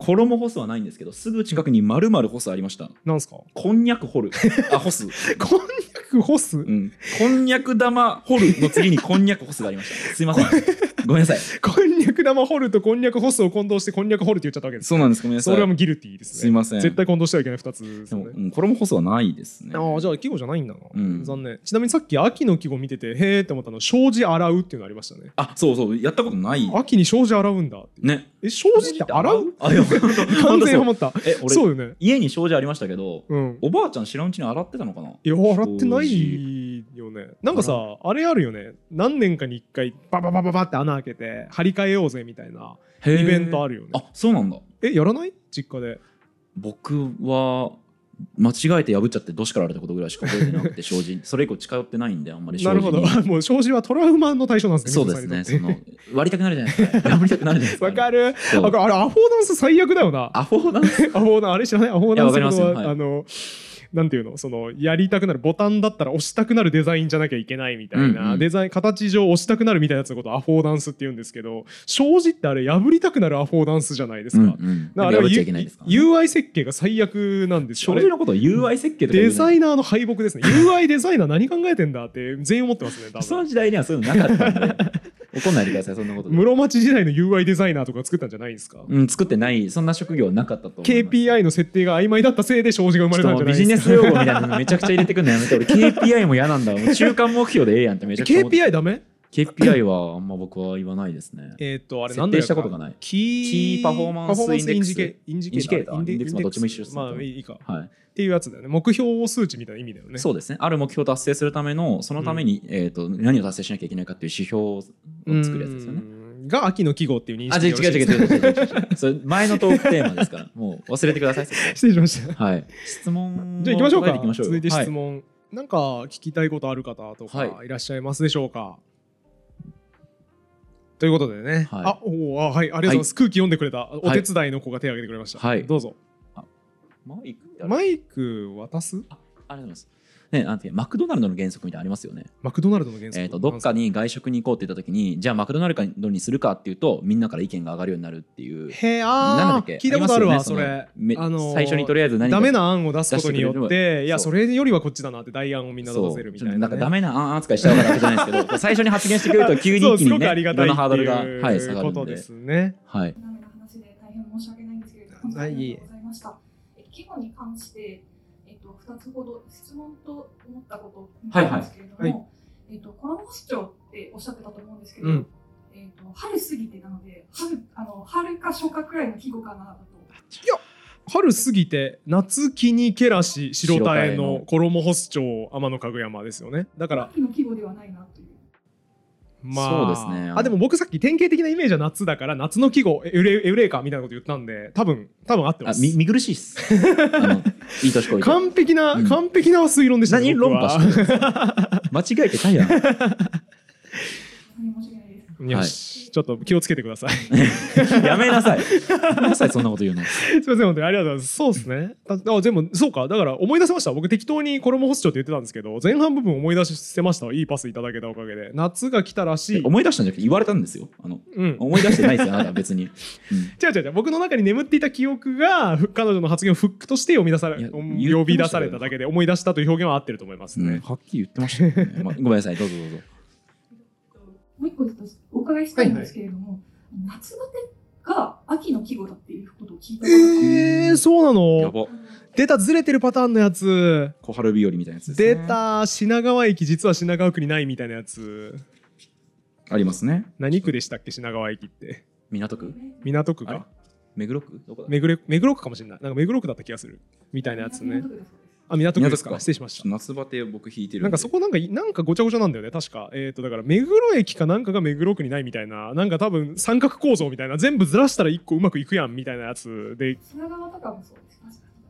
衣干すはないんですけど、すぐ近くに丸々干すありました。 なんすか？ こんにゃく掘る。あ、干す。 こんにゃく干す？ うん。こんにゃく玉掘るの次にこんにゃく干すがありました。すいません。ごめんなさい。 こんにゃく玉掘るとこんにゃく干すを混同してこんにゃく掘るって言っちゃったわけです。 そうなんです。ごめんなさい。 それはもうギルティーですね。 すいません。 絶対混同してはいけない2つですね。 でも、衣干すはないですね。 ああ、じゃあ季語じゃないんだな。残念。ちなみにさっき秋の季語見てて、へーって思ったの、障子洗うっていうのありましたね。 あ、そうそう、やったことない。 秋に障子洗うんだって。 ね。 障子って洗う？ あ、いや、 完全に思った。 俺、そうよね。家に障子ありましたけど、おばあちゃん知らんうちに洗ってたのかな？いや、洗ってないよね。なんかさ、あれあるよね。何年かに1回、バババババって穴開けて、張り替えようぜみたいなイベントあるよね。 あ、そうなんだ。 やらない？実家で。 僕は、間違えて破っちゃってどしかられたことぐらいしか覚えてなくて、障子それ以降近寄ってないんであんまり障子に。 なるほど。もう障子はトラウマの対象なんですね。そうですね。割りたくなるじゃないですか。破りたくなるじゃないですか。 わかる。あれアフォーダンス最悪だよな。 アフォーダンス？ アフォーダンス、あれ知らない？アフォーダンス。 いや、わかりますよ。 なんていうの、そのやりたくなるボタンだったら押したくなるデザインじゃなきゃいけないみたいな、デザイン形上押したくなるみたいなやつのことをアフォーダンスって言うんですけど、障子ってあれ破りたくなるアフォーダンスじゃないですか。あれは UI 設計が最悪なんですよ。 障子のことを UI 設計とかデザイナーの敗北ですね。UI デザイナー何考えてんだって全員思ってますね。多分その時代にはそういうのなかったんで。怒んないでください、そんなことで。 室町時代の UI デザイナーとか作ったんじゃないんですか？ 作ってない、そんな職業はなかったと思う。 KPI の設定が曖昧だったせいで障子が生まれたんじゃないですか？ ビジネス用語みたいなのめちゃくちゃ入れてくるのやめて。俺 KPI も嫌なんだ。もう中間目標でええやんってめちゃくちゃ思って。 KPI ダメ？ KPI はあんま僕は言わないですね。 あれ設定したことがない。キーパフォーマンスインデックス。 インジケーター。 インデックスもどっちも一緒です。 まあいいか。 はい。 っていうやつだよね。目標数値みたいな意味だよね。 そうですね。ある目標を達成するための、そのために、何を達成しなきゃいけないかっていう指標を作るやつですよね。 が秋の季語っていう認識でよろしいですか？違う。それ前のトークテーマですから、もう忘れてください。 失礼しました。 はい。質問。 じゃあ行きましょうか。続いて質問。なんか聞きたいことある方とかいらっしゃいますでしょうか？ということでね。はい、はい、ありがとうございます。空気読んでくれたお手伝いの子が手を挙げてくれました。はい。どうぞ。マイク渡す？ありがとうございます。ね、なんてマクドナルドの原則みたいなのありますよね。 マクドナルドの原則、 どっかに外食に行こうって言った時に、じゃあマクドナルドにするかっていうとみんなから意見が上がるようになるっていう。 へー、聞いたことあるわ、それ。 最初にとりあえず何かダメな案を出すことによって、いやそれよりはこっちだなって代案をみんな出させるみたいな、ね。 なんかダメな案扱いしちゃうからわけじゃないですけど、最初に発言してくれると急に一気にね、いろんなハードルが下がるので。ですね。はい。 話で大変申し訳ないんですけれども、ありがとうございました。季語に関して2つほど質問と思ったことなんですけれども、衣干し長っておっしゃってたと思うんですけど、春過ぎてなので春か初夏くらいの季語かなと。 いや、春過ぎて夏木にけらし白田への衣干し長天のかぐ山ですよね。だから秋の季語ではないなという。 まあ、 そうですね。 でも僕さっき典型的なイメージは夏だから夏の季語エウレカみたいなこと言ったんで多分合ってます。 見苦しいっす。いい年こいて完璧な推論でしたね。 何論破してる間違えてたやん。 よし、ちょっと気をつけてください。 やめなさい。そんなこと言うの。 すみません、本当にありがとうございます。そうですね。全部そうか。だから思い出せました。僕適当に衣干し長って言ってたんですけど、前半部分思い出せました。いいパスいただけたおかげで。夏が来たらしい。 思い出したんじゃなくて言われたんですよ。思い出してないですよ。あなた別に。 違う。僕の中に眠っていた記憶が彼女の発言をフックとして呼び出されただけで思い出したという表現は合ってると思いますね。 はっきり言ってましたね。ごめんなさい。どうぞ。 もう一個お伺いしたいんですけれども、夏バテが秋の季語だっていうことを聞いたことがそうなの？やば。出た、ずれてるパターンのやつ。 小春日和みたいなやつですね。 出た、品川駅実は品川区にないみたいなやつありますね。 何区でしたっけ？品川駅って港区か目黒区？どこだ？ 目黒区かもしれない。なんか目黒区だった気がするみたいなやつね。港区ですか。失礼しました。 夏バテ僕引いてる。 なんかそこなんかごちゃごちゃなんだよね確か。だから目黒駅かなんかが目黒区にないみたいな、なんか多分三角構造みたいな、全部ずらしたら一個うまくいくやんみたいなやつで。 品川とかもそうです。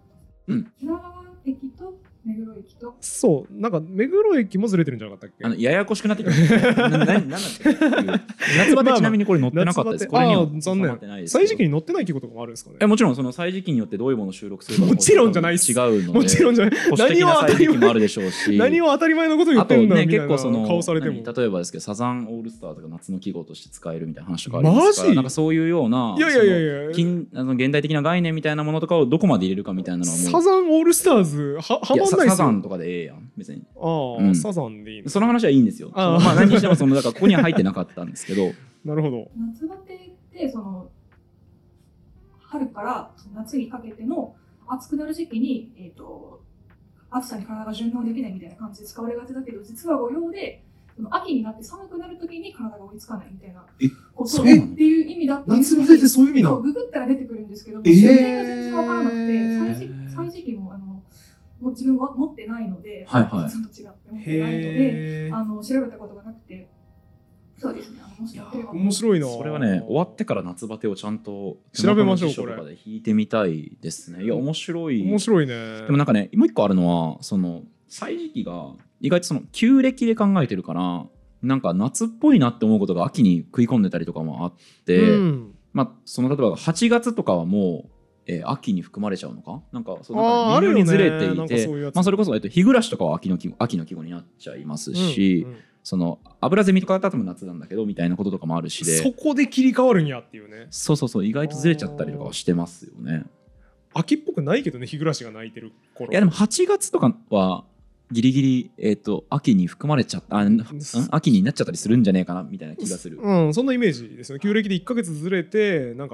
品川駅と目黒駅と、 そうなんか目黒駅もずれてるんじゃなかったっけ？ ややこしくなってきました何だっけ夏バテちなみにこれ載ってなかったです。これには残念。歳時記に載ってない記号とかもあるんですかね？ もちろんその歳時記によってどういうものを収録するかもちろんじゃない違うので、 もちろんじゃない。 何を歳時記もあるでしょうし何を当たり前のこと言ってるんだみたいな結構その顔されても、 例えばですけどサザンオールスターとか夏の記号として使えるみたいな話とかありますから、なんかそういうような現代的な概念みたいなものとかをどこまで入れるかみたいなのはもうサザンオールスターズはまんないっすよ。 サザンとかでええやん別に。 サザンでいいの？ その話はいいんですよ。まあ何にしてもそのだからここには入ってなかったんですけどなるほど。 夏バテってその春から夏にかけての暑くなる時期に、暑さに体が順応できないみたいな感じで使われがちだけど、実は誤用で秋になって寒くなる時に体が追いつかないみたいなことっていう意味だったんですけど、 夏バテってそういう意味なの？ ググったら出てくるんですけど、全然わからなくて、歳時記ももう自分は持ってないので、 はいはい、 ちょっと違って持ってないので調べたことがなくて。そうですね。 面白いな。 それはね、終わってから夏バテをちゃんと調べましょう。これで引いてみたいですね。いや面白い。 面白いね。 でもなんかね、もう一個あるのはその歳時記が意外とその旧暦で考えてるから、なんか夏っぽいなって思うことが秋に食い込んでたりとかもあって、まあその例えば8月とかはもう秋に含まれちゃうのかなんかその微妙にずれていて、まあそれこそ日暮らしとかは秋の季語になっちゃいますし。その油ゼミとかだったら夏なんだけどみたいなこととかもあるしで、 そこで切り替わるんやっていうね。 そう意外とずれちゃったりとかはしてますよね。 秋っぽくないけどね、日暮らしが泣いてる頃。 いやでも8月とかはギリギリ、秋に含まれちゃった秋になっちゃったりするんじゃねえかなみたいな気がする。 そんなイメージですよね。旧暦で1ヶ月ずれてなんか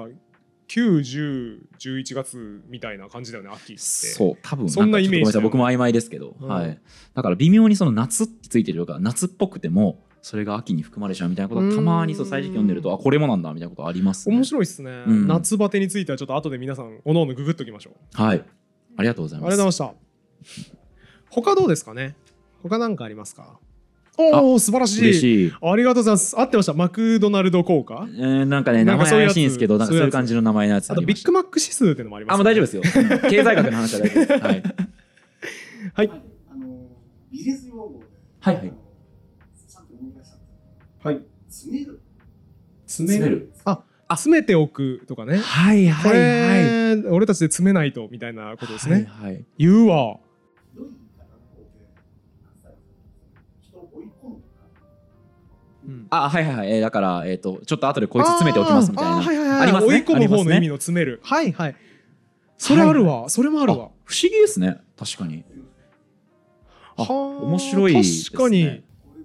9、10、11月みたいな感じだよね、秋って。 そう多分そんなイメージ、 僕も曖昧ですけど、はい、だから微妙にその夏ってついてるから夏っぽくてもそれが秋に含まれちゃうみたいなことはたまに歳時記読んでるとこれもなんだみたいなことありますね。 面白いっすね、夏バテについてはちょっと後で皆さんおのおのググっときましょう。 はい、ありがとうございます。 ありがとうございました。他どうですかね？他なんかありますか？おお素晴らしい。 嬉しい。 ありがとうございます。合ってました。マクドナルド効果？ なんかね名前怪しいんですけど、なんかそういう感じの名前のやつありました。 あとビッグマック指数っていうのもあります。 もう大丈夫ですよ。経済学の話は大丈夫です。はい。 はい。 ビジネス用語で。 はいはい。 さっき思い出した。 はい。 詰める。 詰める。詰めておくとかね。 はいはいはい。 俺たちで詰めないとみたいなことですね。 はい。 言うわ。 はいはいはい。だからちょっと後でこいつ詰めておきますみたいな。 ありますね。追い込む方の意味の詰める。はいはい。それあるわ。それもあるわ。 不思議ですね。確かに。面白いですね。 確かに。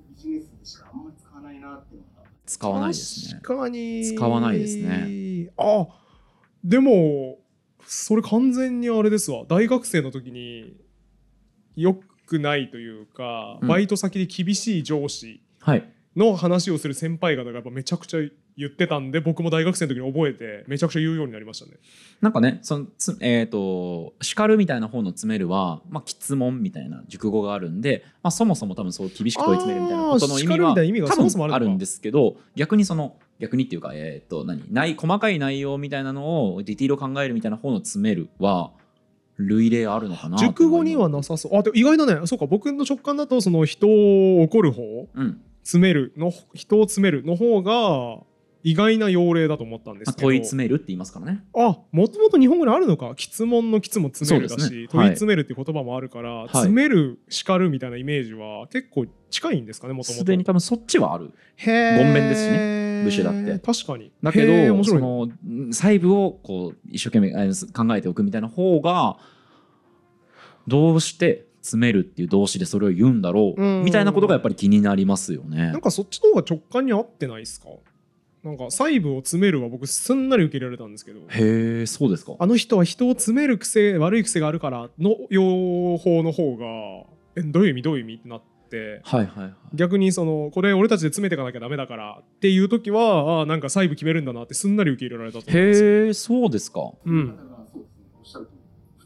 使わないですね。 確かに。 使わないですね。 でもそれ完全にあれですわ。大学生の時に良くないというか、バイト先で厳しい上司の話をする先輩方がやっぱめちゃくちゃ言ってたんで、僕も大学生の時に覚えてめちゃくちゃ言うようになりましたね。 なんかね、その叱るみたいな方の詰めるは、質問みたいな熟語があるんで、そもそも多分そう厳しく問い詰めるみたいなことの意味は多分あるんですけど、逆にっていうか細かい内容みたいなのをディティールを考えるみたいな方の詰めるは類例あるのかな。 熟語にはなさそう。でも意外だね。そうか、僕の直感だとその人を怒る方、詰めるの人を詰めるの方が意外な用例だと思ったんですけど、 問い詰めるって言いますからね。 もともと日本語にあるのか。質問の質も詰めるだし、問い詰めるっていう言葉もあるから、詰める叱るみたいなイメージは結構近いんですかね。もともとすでに多分そっちはある。言弁ですしね、武士だって。 確かに。 だけどその細部をこう一生懸命考えておくみたいな方が、どうして詰めるっていう動詞でそれを言うんだろうみたいなことがやっぱり気になりますよね。 なんかそっちの方が直感に合ってないですか？なんか細部を詰めるは僕すんなり受け入れられたんですけど。 へえ、そうですか。 あの人は人を詰める悪い癖があるからの用法の方がどういう意味ってなって、逆にこれ俺たちで詰めていかなきゃダメだからっていう時はなんか細部決めるんだなってすんなり受け入れられたと思います。 へえ、そうですか。 おっしゃるとおり2通り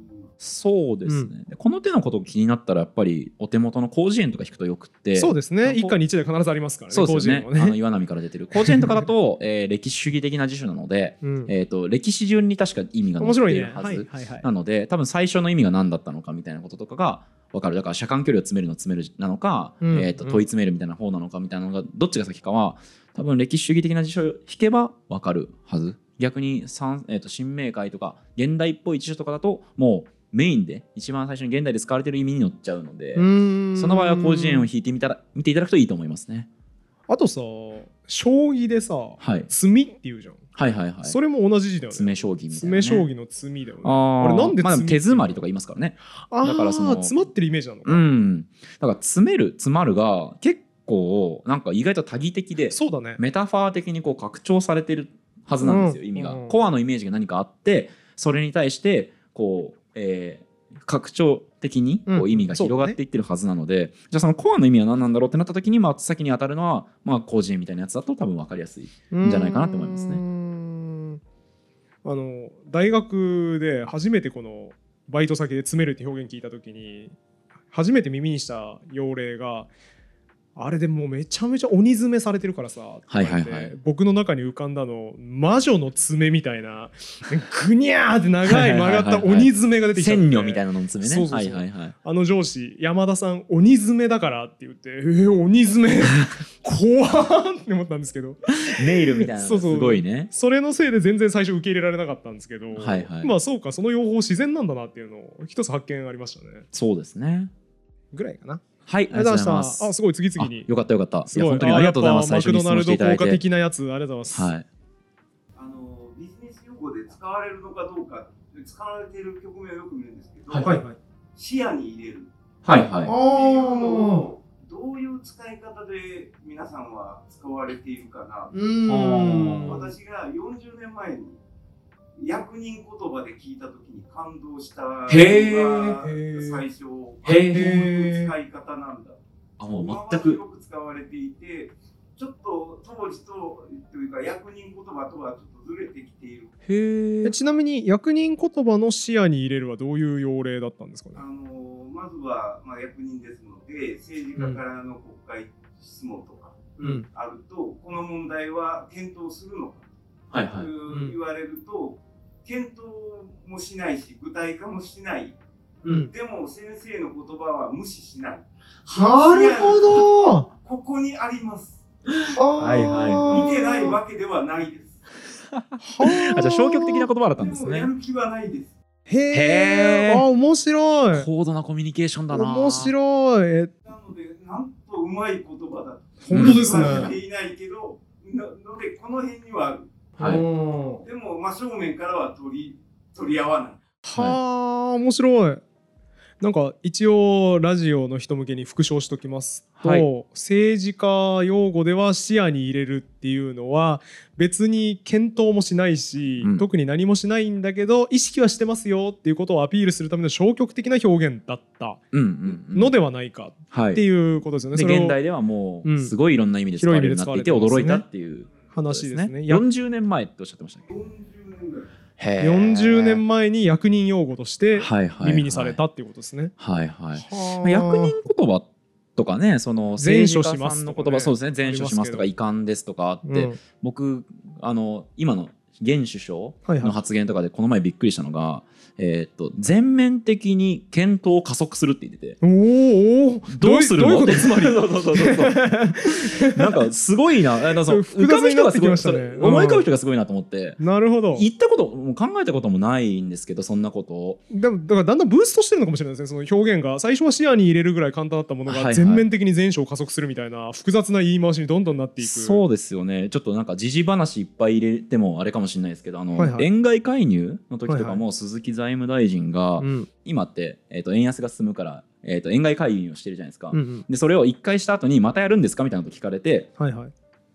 そうですね、この手のこと気になったらやっぱりお手元の広辞苑とか引くとよくって。 そうですね、一家に一台必ずありますからね。 そうですね、岩波から出てる広辞苑とかだと、歴史主義的な辞書なので、歴史順に確か意味が載っているはずなので、多分最初の意味が何だったのかみたいなこととかが分かる。だから車間距離を詰めるなのか、問い詰めるみたいな方なのかみたいなのがどっちが先かは多分歴史主義的な辞書を引けば分かるはず。逆に新明解とか現代っぽい辞書とかだともうメインで一番最初に現代で使われている意味に載っちゃうので、その場合は広辞苑を引いて見ていただくといいと思いますね。 あとさ、将棋でさ、詰みっていうじゃん。 はいはいはい。 それも同じ字だよね。 詰将棋みたいな、ね。 詰将棋の詰みだよね。 あれなんで手詰まりとか言いますからね。 だから詰まってるイメージなのか。 だから詰まるが結構なんか意外と多義的で、 そうだね。 メタファー的にこう拡張されてるはずなんですよ、意味が。コアのイメージが何かあって、それに対してこう拡張的にこう意味が広がっていってるはずなので、じゃあそのコアの意味は何なんだろうってなった時に真っ先に当たるのは広辞苑みたいなやつだと多分分かりやすいんじゃないかなと思いますね。 大学で初めてこのバイト先で詰めるって表現聞いた時に初めて耳にした用例が、あれでもうめちゃめちゃ鬼詰めされてるからさ、僕の中に浮かんだの魔女の爪みたいなグニャーって長い曲がった鬼詰めが出てきたんで、 千女みたいなの爪ね。 上司山田さん鬼詰めだからって言って、鬼詰め怖ーって思ったんですけど、 ネイルみたいなのすごいね。 それのせいで全然最初受け入れられなかったんですけど、まあそうか、その用法自然なんだなっていうのを一つ発見ありましたね。 そうですねぐらいかな。 はい、ありがとうございます。 すごい次々に。 よかったよかった。いや本当にありがとうございます。 マクドナルド効果的なやつありがとうございます。 ビジネス用語で使われるのかどうか、使われている局面をよく見るんですけど、視野に入れる。っていうのをどういう使い方で皆さんは使われているかな。私が40年前に役人言葉で聞いたときに感動したのが最初、こういう使い方なんだ。 もう全くよく使われていて、ちょっと当時というか役人言葉とはちょっとずれてきている。 ちなみに役人言葉の視野に入れるはどういう用例だったんですかね。 まずは、役人ですので政治家からの国会質問とかあると、この問題は検討するのかと言われると、検討もしないし具体化もしない、でも先生の言葉は無視しない。 なるほど、 ここにあります。見てないわけではないです。 じゃあ消極的な言葉だったんですね。 やる気はないです。 へえ、面白い。 高度なコミュニケーションだな。 面白い。 なのでなんとうまい言葉だ。 本当ですね。 言っていないけど、のでこの辺にはある。でも正面からは取り合わない。 はあ、面白い。なんか一応ラジオの人向けに復唱しときますと、政治家用語では視野に入れるっていうのは別に検討もしないし、特に何もしないんだけど意識はしてますよっていうことをアピールするための消極的な表現だったのではないかっていうことですよね。 で現代ではもうすごいいろんな意味で使われるようになっていて驚いたっていう話ですね。 40年前っておっしゃってましたっけ ？40年前に役人用語として耳にされたっていうことですね。 役人言葉とかね、その前処しますの言葉、そうですね、前処しますとか遺憾ですとかあって、僕今の現首相の発言とかでこの前びっくりしたのが、全面的に検討を加速するって言ってて、どうするの？どういうこと？つまりなんかすごいな、浮かぶ人がすごい、思い浮かぶ人がすごいなと思って。 なるほど。 言ったことも考えたこともないんですけど、そんなことを。 だからだんだんブーストしてるのかもしれないですね。その表現が最初は視野に入れるぐらい簡単だったものが全面的に前処を加速するみたいな複雑な言い回しにどんどんなっていく。 そうですよね。ちょっとなんか時事話いっぱい入れてもあれかもしれないですけど、円買い介入の時とかも鈴木財務大臣が今って円安が進むから円買い介入をしてるじゃないですか。でそれを1回した後にまたやるんですかみたいなこと聞かれて、い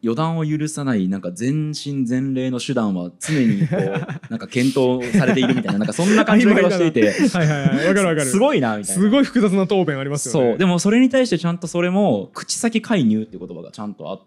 予断を許さないなんか全身全霊の手段は常にこうなんか検討されているみたいななんかそんな感じの気がしていてはいはいはい、わかるわかる、 すごいなみたいな、 すごい複雑な答弁ありますよね。 そうでもそれに対してちゃんとそれも口先介入っていう言葉がちゃんとあって、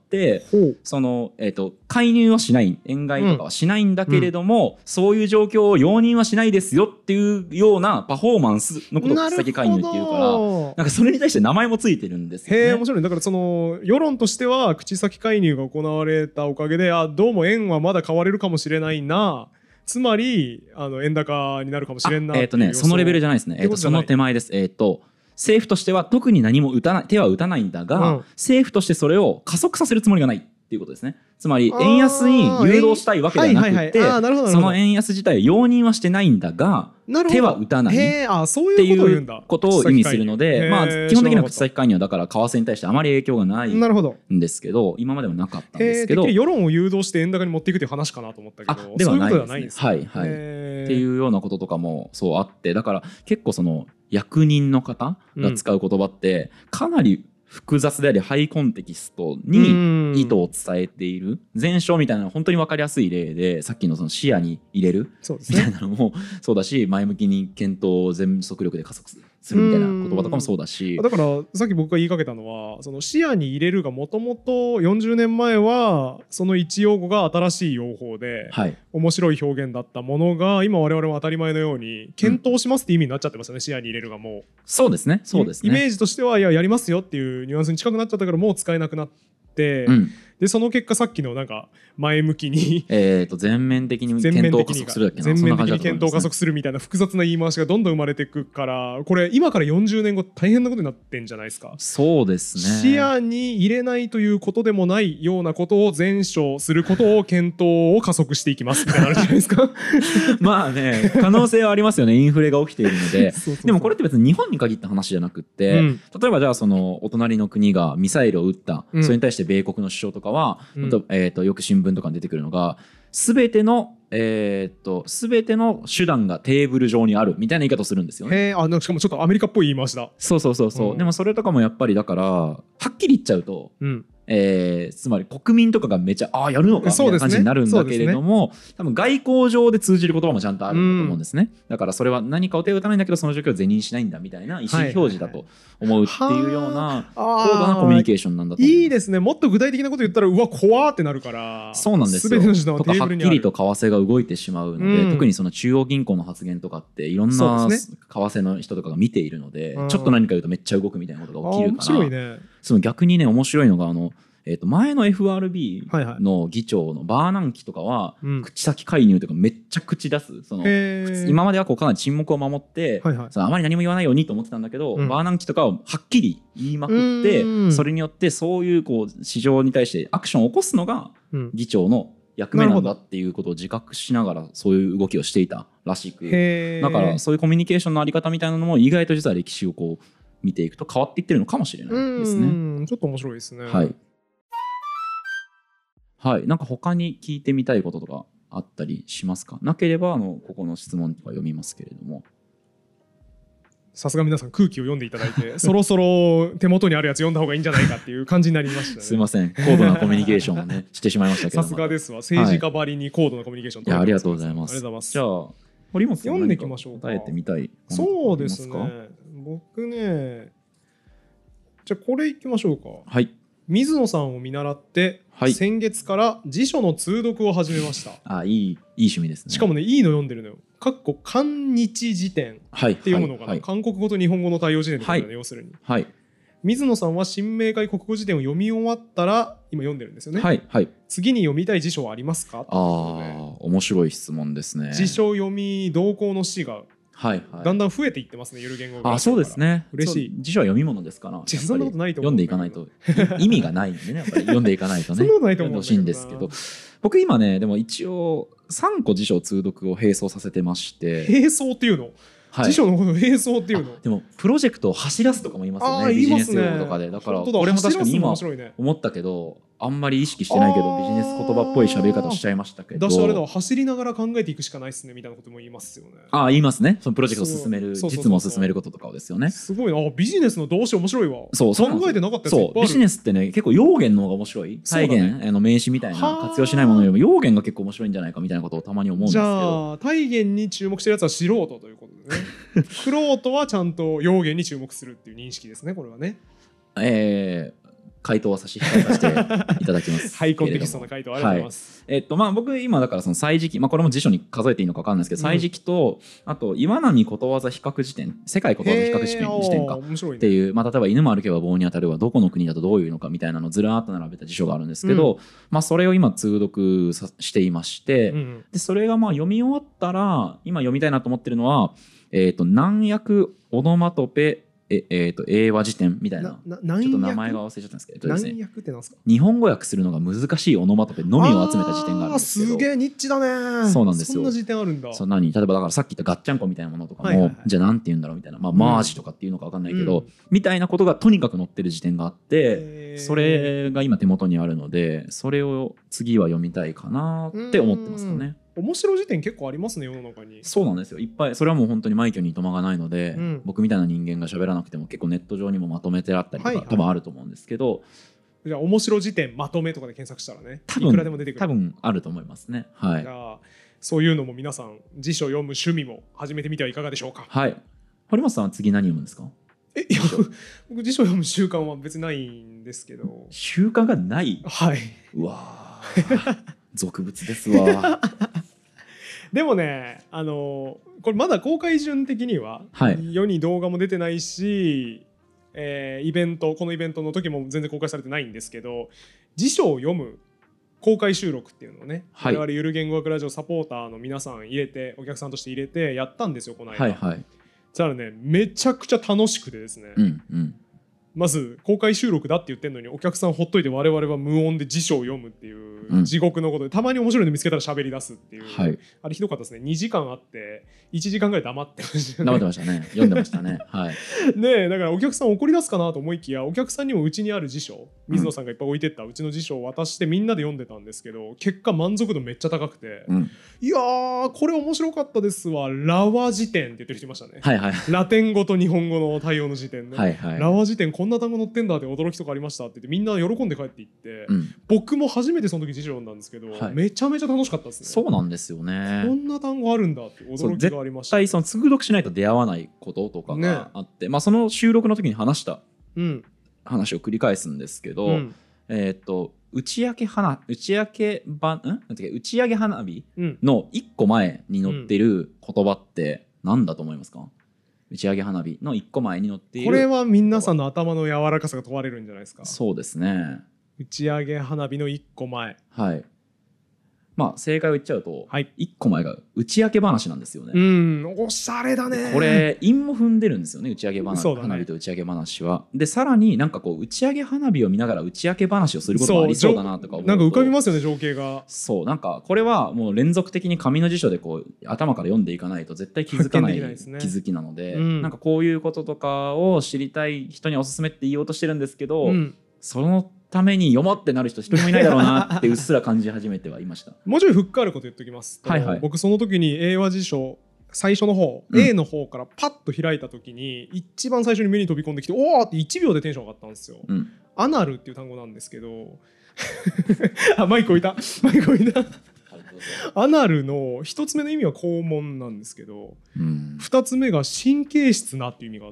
その、介入はしない、円買いとかはしないんだけれども、そういう状況を容認はしないですよっていうようなパフォーマンスのことを口先介入っていうからなんかそれに対して名前もついてるんですよね。 へえ、面白い。だからその世論としては口先介入が行われたおかげでどうも円はまだ買われるかもしれないな、つまり円高になるかもしれんなっていうそのレベルじゃないですね。その手前です。政府としては特に何も手は打たないんだが、政府としてそれを加速させるつもりがないっていうことですね。つまり円安に誘導したいわけではなくて、その円安自体を容認はしてないんだが手は打たないっていうことを意味するので、まあ基本的には口先介入はだから為替に対してあまり影響がないんですけど、今までもなかったんですけど、 世論を誘導して円高に持っていくという話かなと思ったけど、 ではないそういうことではないんですね。 はいはい。っていうようなこととかもそうあって、だから結構その役人の方が使う言葉ってかなり複雑でありハイコンテキストに意図を伝えている前哨みたいな本当に分かりやすい例で、さっきのその視野に入れるみたいなのもそうだし、前向きに検討を全速力で加速するみたいな言葉とかもそうだし、 だからさっき僕が言いかけたのは、その視野に入れるがもともと40年前はその一用語が新しい用法で面白い表現だったものが、今我々は当たり前のように検討しますって意味になっちゃってますよね。視野に入れるがもうそうですね、そうですね。 イメージとしてはいややりますよっていうニュアンスに近くなっちゃったからもう使えなくなって、でその結果さっきのなんか前向きに全面的に検討加速するだっけな、 全面的に検討加速するみたいな複雑な言い回しがどんどん生まれていくから、これ今から40年後大変なことになってんじゃないですか。 そうですね。 視野に入れないということでもないようなことを前哨することを検討を加速していきますみたいなのあるじゃないですかまあね、可能性はありますよね。インフレが起きているのででもこれって別に日本に限った話じゃなくって、例えばじゃあそのお隣の国がミサイルを撃った、それに対して米国の首相とかは、よく新聞とかに出てくるのが、全ての手段がテーブル上にあるみたいな言い方をするんですよね。 なんかしかもちょっとアメリカっぽい言い回しだ。 そう、でもそれとかもやっぱりだからはっきり言っちゃうと、つまり国民とかがめちゃやるのかみたいな感じになるんだけれども、多分外交上で通じる言葉もちゃんとあるんだと思うんですね。だからそれは何かを手を打たないんだけどその状況を是認しないんだみたいな意思表示だと思うっていうような高度なコミュニケーションなんだと思います。 いいですね。もっと具体的なこと言ったらうわ怖ってなるから。 そうなんですよ。とかはっきりと為替が動いてしまうので、特にその中央銀行の発言とかっていろんな為替の人とかが見ているので、ちょっと何か言うとめっちゃ動くみたいなことが起きるから、 面白いね。 その逆にね面白いのが前の FRB の議長のバーナンキとかは口先介入とかめっちゃ口出す、今まではこうかなり沈黙を守って、あまり何も言わないようにと思ってたんだけど、バーナンキとかははっきり言いまくって、それによってそういうこう市場に対してアクションを起こすのが議長の役目なんだっていうことを自覚しながらそういう動きをしていたらしく、だからそういうコミュニケーションのあり方みたいなのも意外と実は歴史をこう見ていくと変わっていってるのかもしれないですね。 ちょっと面白いですね。 はい、なんか他に聞いてみたいこととかあったりしますか？なければここの質問とか読みますけれども。 さすが皆さん空気を読んでいただいてそろそろ手元にあるやつ読んだ方がいいんじゃないかっていう感じになりましたね。 すいません、高度なコミュニケーションをねしてしまいましたけどさすがですわ。政治家ばりに高度なコミュニケーション、 ありがとうございます。じゃあ堀本さん読んでいきましょうか。 答えてみたい。 そうですね、僕ね、じゃあこれいきましょうか。 はい。 水野さんを見習って、先月から辞書の通読を始めました。 いい趣味ですね。 しかもねいいの読んでるのよ。韓日辞典っていうものかな、韓国語と日本語の対応辞典とかね、要するに。水野さんは新明解国語辞典を読み終わったら今読んでるんですよね。次に読みたい辞書はありますか？ 面白い質問ですね。 辞書読み同行の詩がだんだん増えていってますね。ゆる言語が。 そうですね。 嬉しい。 辞書は読み物ですから。 そんなことないと思う。 読んでいかないと意味がないんでね。やっぱり読んでいかないとね。 そんなことないと思う。 ほしいんですけど、僕今ねでも一応3個辞書通読を並走させてまして。 並走っていうの？辞書のことを並走っていうの？ でもプロジェクトを走らすとかも言いますよね。ビジネス用語とかで。だからこれも確かに今思ったけど、 あんまり意識してないけどビジネス言葉っぽい喋り方しちゃいましたけど、 だしあれだ、走りながら考えていくしかないっすねみたいなことも言いますよね。 言いますね。そのプロジェクトを進める、実務を進めることとかをですよね。 すごいな、ビジネスの動詞面白いわ。 そう考えてなかったやついっぱいある。 そう、ビジネスってね結構用言の方が面白い。体言、名詞みたいな活用しないものよりも用言が結構面白いんじゃないかみたいなことをたまに思うんですけど。 じゃあ体言に注目してるやつは素人ということでね。玄人はちゃんと用言に注目するっていう認識ですね、これはね。 回答は差し控えさせていただきますハイコンテキストな回答ありがとうございます。 僕今だからその歳時記、これも辞書に数えていいのか分かんないですけど、歳時記とあと岩波ことわざ比較辞典、世界ことわざ比較辞典かっていう、例えば犬も歩けば棒に当たるはどこの国だとどういうのかみたいなのをずらーっと並べた辞書があるんですけど、それを今通読していまして、でそれが読み終わったら今読みたいなと思ってるのは南訳オノマトペ英和辞典みたいな、ちょっと名前が忘れちゃったんですけど、 南訳ってなんですか？ 日本語訳するのが難しいオノマトペのみを集めた辞典があるんですけど。 すげえニッチだね。 そうなんですよ。 そんな辞典あるんだ。 例えばだからさっき言ったガッチャンコみたいなものとかも、じゃあなんて言うんだろうみたいな、マージとかっていうのか分かんないけど、みたいなことがとにかく載ってる辞典があって、それが今手元にあるので、それを次は読みたいかなって思ってますよね。 面白辞典結構ありますね、世の中に。 そうなんですよ、いっぱい。それはもう本当に枚挙にいとまがないので、僕みたいな人間が喋らなくても結構ネット上にもまとめてあったりとか、多分あると思うんですけど、 じゃあ面白辞典まとめとかで検索したらね、いくらでも出てくる。 多分あると思いますね。はい。 じゃあそういうのも皆さん辞書読む趣味も始めてみてはいかがでしょうか。 はい。堀本さんは次何読むんですか？ いや僕辞書読む習慣は別にないんですけど。 習慣がない？ はい。 うわ俗物ですわ。 でもね、これまだ公開順的には世に動画も出てないし、このイベントの時も全然公開されてないんですけど、辞書を読む公開収録っていうのをね、我々ゆる言語学ラジオサポーターの皆さん入れて、お客さんとして入れてやったんですよ、この間。そしたらね、めちゃくちゃ楽しくてですね、まず公開収録だって言ってんのにお客さんほっといて我々は無音で辞書を読むっていう地獄のことで、たまに面白いの見つけたら喋り出すっていう、あれひどかったですね。2時間あって1時間ぐらい黙ってましたね。 黙ってましたね。読んでましたね。 でだからお客さん怒り出すかなと思いきや、お客さんにもうちにある辞書、水野さんがいっぱい置いてったうちの辞書を渡してみんなで読んでたんですけど、結果満足度めっちゃ高くて、いやーこれ面白かったですわ。ラワ辞典って言ってる人いましたね。ラテン語と日本語の対応の辞典ね。ラワ辞典こんな単語載ってんだって驚きとかありましたって言ってみんな喜んで帰っていって、僕も初めてその時辞書読んだんですけど、めちゃめちゃ楽しかったですね。 そうなんですよね。 こんな単語あるんだって驚きがありました。 絶対その通読しないと出会わないこととかがあって、その収録の時に話した話を繰り返すんですけど、打ち上げ花火の1個前に載ってる言葉って何だと思いますか？打ち上げ花火の1個前に載っている。 これは皆さんの頭の柔らかさが問われるんじゃないですか。 そうですね。 打ち上げ花火の1個前。 正解を言っちゃうと、1個前が打ち明け話なんですよね。 おしゃれだね。 これ韻も踏んでるんですよね、打ち上げ花火と打ち上げ話は。でさらになんかこう打ち上げ花火を見ながら打ち明け話をすることもありそうだなとか思うと、 なんか浮かびますよね、情景が。 そう、なんかこれはもう連続的に紙の辞書でこう頭から読んでいかないと絶対気づかない気づきなので、なんかこういうこととかを知りたい人におすすめって言おうとしてるんですけど、そのために読もうってなる人一人もいないだろうなってうっすら感じ始めてはいました。 もうちょいフックあること言っておきますと、僕その時に英和辞書最初の方、A の方からパッと開いた時に一番最初に目に飛び込んできて、おーって1秒でテンション上がったんですよ。アナルっていう単語なんですけどマイク置いたアナルの一つ目の意味は肛門なんですけど、二つ目が神経質なっていう意味があって、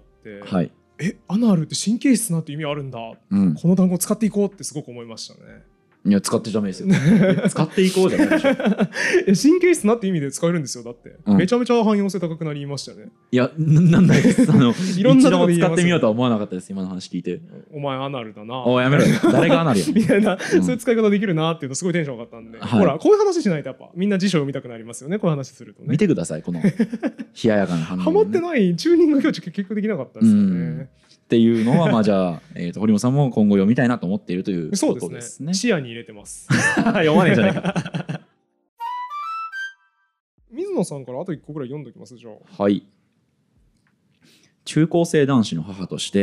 アナルって神経質なって意味あるんだ、この単語使っていこうってすごく思いましたね。 いや、使ってダメですよ使っていこうじゃないでしょ神経質なって意味で使えるんですよ。だって、めちゃめちゃ汎用性高くなりましたね。 いや、なんないですいろんなところで使ってみようとは思わなかったです。今の話聞いて、 お前アナルだな、 おやめろ誰がアナルやみたいな、そういう使い方できるなっていうのすごいテンション上がったんで、ほらこういう話しないとやっぱみんな辞書読みたくなりますよね。こういう話するとね。 見てくださいこの冷ややかな反応、 ハマってないチューニング境地結局できなかったですよね。 っていうのはじゃあ、堀本さんも今後読みたいなと思っているということですね。そうですね。 視野に入れてます読まねえじゃねえか水野さんからあと1個ぐらい読んでおきます。じゃあ、 はい。中高生男子の母として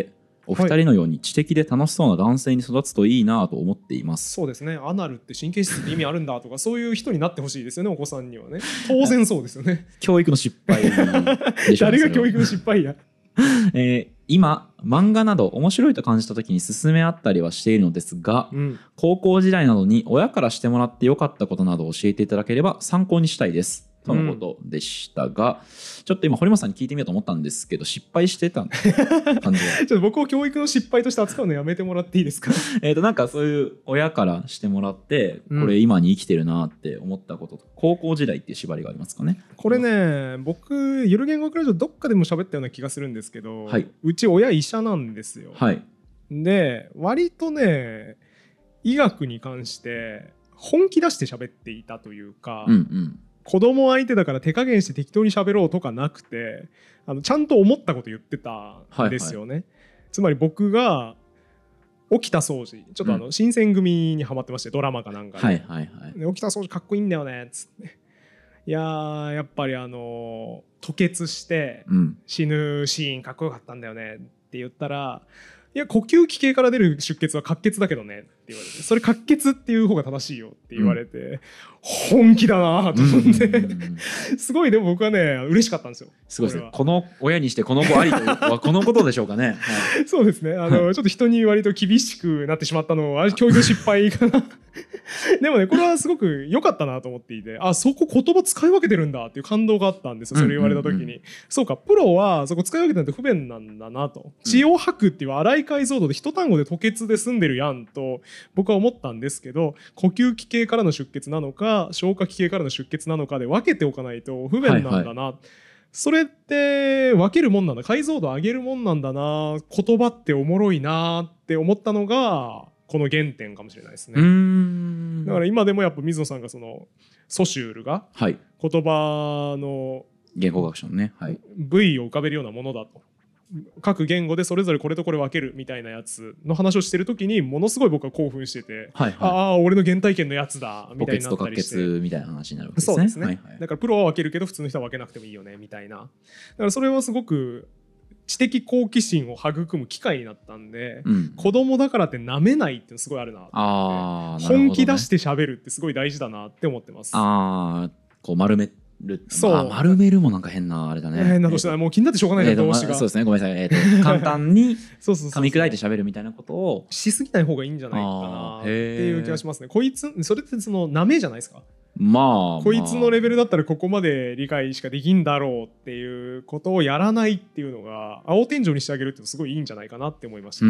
お二人のように知的で楽しそうな男性に育つといいなと思っています。 そうですね。アナルって神経質って意味あるんだとかそういう人になってほしいですよね、お子さんにはね。当然そうですよね。 教育の失敗でしょ。 誰が教育の失敗や。 今漫画など面白いと感じた時に勧め合ったりはしているのですが、高校時代などに親からしてもらってよかったことなどを教えていただければ参考にしたいですとのことでしたが、ちょっと今堀本さんに聞いてみようと思ったんですけど、失敗してた感じはちょっと僕を教育の失敗として扱うのやめてもらっていいですか。 なんかそういう親からしてもらってこれ今に生きてるなって思ったことと、高校時代っていう縛りがありますかね。 これね、僕ゆる言語学ラジオどっかでも喋ったような気がするんですけど、うち親医者なんですよ。で割とね医学に関して本気出して喋っていたというか、子供相手だから手加減して適当に喋ろうとかなくて、ちゃんと思ったこと言ってたんですよね。つまり僕が沖田総司ちょっと新選組にハマってまして、ドラマかなんかで、沖田総司かっこいいんだよねっつって、いややっぱり吐血して死ぬシーンかっこよかったんだよねって言ったら、いや呼吸器系から出る出血は滑血だけどねって言われて、それ滑血っていう方が正しいよって言われて、本気だなと思ってすごいでも僕はね嬉しかったんですよ。 すごいですね。この親にしてこの子ありとはこのことでしょうかね。 そうですね。ちょっと人に割と厳しくなってしまったのは教育失敗かなでもねこれはすごく良かったなと思っていて、そこ言葉使い分けてるんだっていう感動があったんですよ、それ言われた時に。そうか、プロはそこ使い分けてないと不便なんだなと。血を吐くっていう荒い解像度で一単語で吐血で済んでるやんと僕は思ったんですけど、呼吸器系からの出血なのか消化器系からの出血なのかで分けておかないと不便なんだな、それって分けるもんなんだ、解像度上げるもんなんだな、言葉っておもろいなって思ったのがこの原点かもしれないですね。だから今でもやっぱ水野さんがそのソシュールが言葉の言語学者のね、 部位を浮かべるようなものだと、各言語でそれぞれこれとこれ分けるみたいなやつの話をしてる時にものすごい僕は興奮してて、ああ俺の原体験のやつだみたいになったりして、 母血と滑血みたいな話になるわけですね。そうですね、 だからプロは分けるけど普通の人は分けなくてもいいよねみたいな。だからそれはすごく知的好奇心を育む機会になったんで、子供だからって舐めないってすごいあるなって、本気出して喋るってすごい大事だなって思ってます。 こう丸め丸めるもなんか変なあれだね。 変な動詞だ、もう気になってしょうがないな動詞が。 そうですね、ごめんなさい。簡単に噛み砕いて喋るみたいなことをしすぎない方がいいんじゃないかなっていう気がしますね。こいつそれってその舐めじゃないですか。こいつのレベルだったらここまで理解しかできんだろうっていうことをやらないっていうのが青天井にしてあげるってすごいいいんじゃないかなって思いました。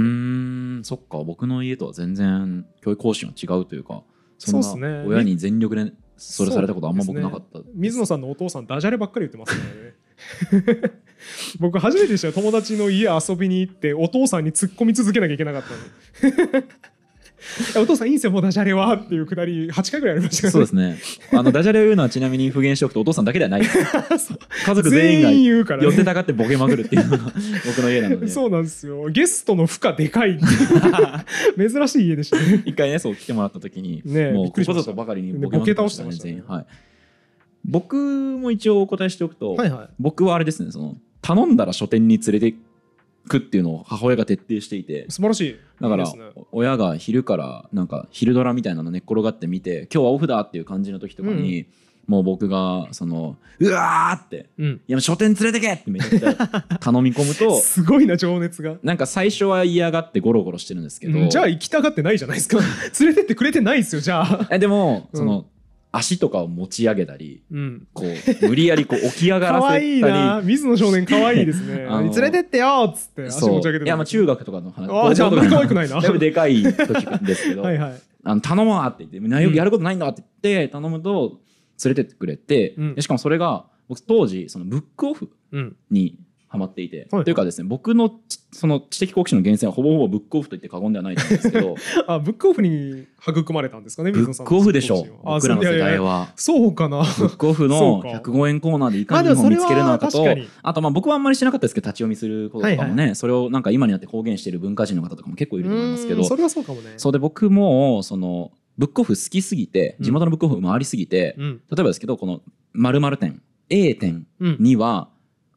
そっか、僕の家とは全然教育方針は違うというか、そんな親に全力でそれされたことあんま僕なかった。 水野さんのお父さんダジャレばっかり言ってますからね僕初めてでしたよ、友達の家遊びに行ってお父さんに突っ込み続けなきゃいけなかったのお父さんいいんすよもうダジャレはっていうくだり8回ぐらいありましたからね。 そうですね。ダジャレを言うのはちなみに復元しておくとお父さんだけではない家族全員が寄ってたかってボケまくるっていうのが僕の家なのでそうなんですよ。ゲストの負荷でかい珍しい家でしたね。 一回ねそう来てもらった時にもうここぞとばかりにボケ倒してましたね。 僕も一応お答えしておくと、僕はあれですね、その頼んだら書店に連れてくっていうのを母親が徹底していて、 素晴らしい。 だから親が昼からなんか昼ドラみたいなの寝っ転がって見て今日はオフだっていう感じの時とかに、もう僕がそのうわーって、いや書店連れてけってめちゃくちゃ頼み込むとすごいな情熱が。 なんか最初は嫌がってゴロゴロしてるんですけど、 じゃあ行きたがってないじゃないですか連れてってくれてないですよじゃあ。 でもその足とかを持ち上げたり、こう無理やりこう起き上がらせたり。 可愛いな、水野少年可愛いですね連れてってよっつって足持ち上げてる。 いや中学とかの話。 じゃああんまり可愛くないな。 だいぶでかい時ですけど頼むわって言ってよくやることないんだって言って頼むと連れてってくれて、しかもそれが僕当時そのブックオフにハマっていて、というかですね、僕のその知的好奇心の源泉はほぼほぼブックオフと言って過言ではないんですけどブックオフに育まれたんですかね。 ブックオフでしょ僕らの世代は。 そうかな。 ブックオフの105円コーナーでいかに日本見つけるのかと、あと僕はあんまりしなかったですけど立ち読みすることとかもね、それをなんか今になって公言している文化人の方とかも結構いると思いますけど、 それはそうかもね。 そうで僕もそのブックオフ好きすぎて、地元のブックオフ回りすぎて、例えばですけどこの〇〇店 A 店には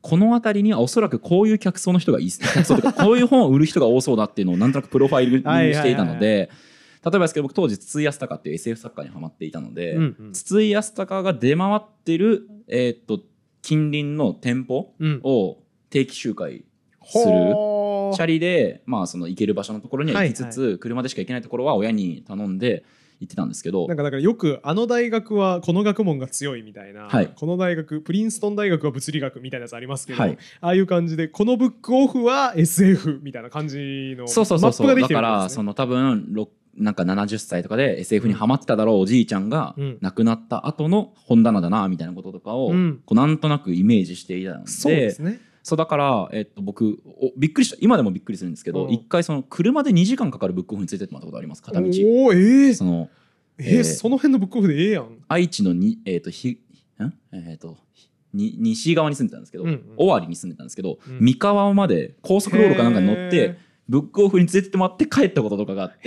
この辺りにはおそらくこういう客層の人がいい客層とかこういう本を売る人が多そうだっていうのをなんとなくプロファイリングしていたので例えばですけど僕当時筒井康隆っていう SF 作家にハマっていたので、筒井康隆が出回ってる、近隣の店舗を定期集会する、チャリで、まあ、その行ける場所のところには行きつつ、車でしか行けないところは親に頼んで行ってたんですけど、 なんかだからよくあの大学はこの学問が強いみたいな、この大学プリンストン大学は物理学みたいなやつありますけど、ああいう感じでこのブックオフは SF みたいな感じのマップができてるんですね。だからその多分なんか70歳とかで SF にハマってただろうおじいちゃんが亡くなった後の本棚だなみたいなこととかをこうなんとなくイメージしていたので、 そうですね。 そうだから、僕びっくりした今でもびっくりするんですけど、一回その車で2時間かかるブックオフに連れてってもらったことあります片道。その辺のブックオフでええやん。 愛知の西側に住んでたんですけど、尾張に住んでたんですけど、三河まで高速道路かなんかに乗ってブックオフに連れてってもらって帰ったこととかがあって、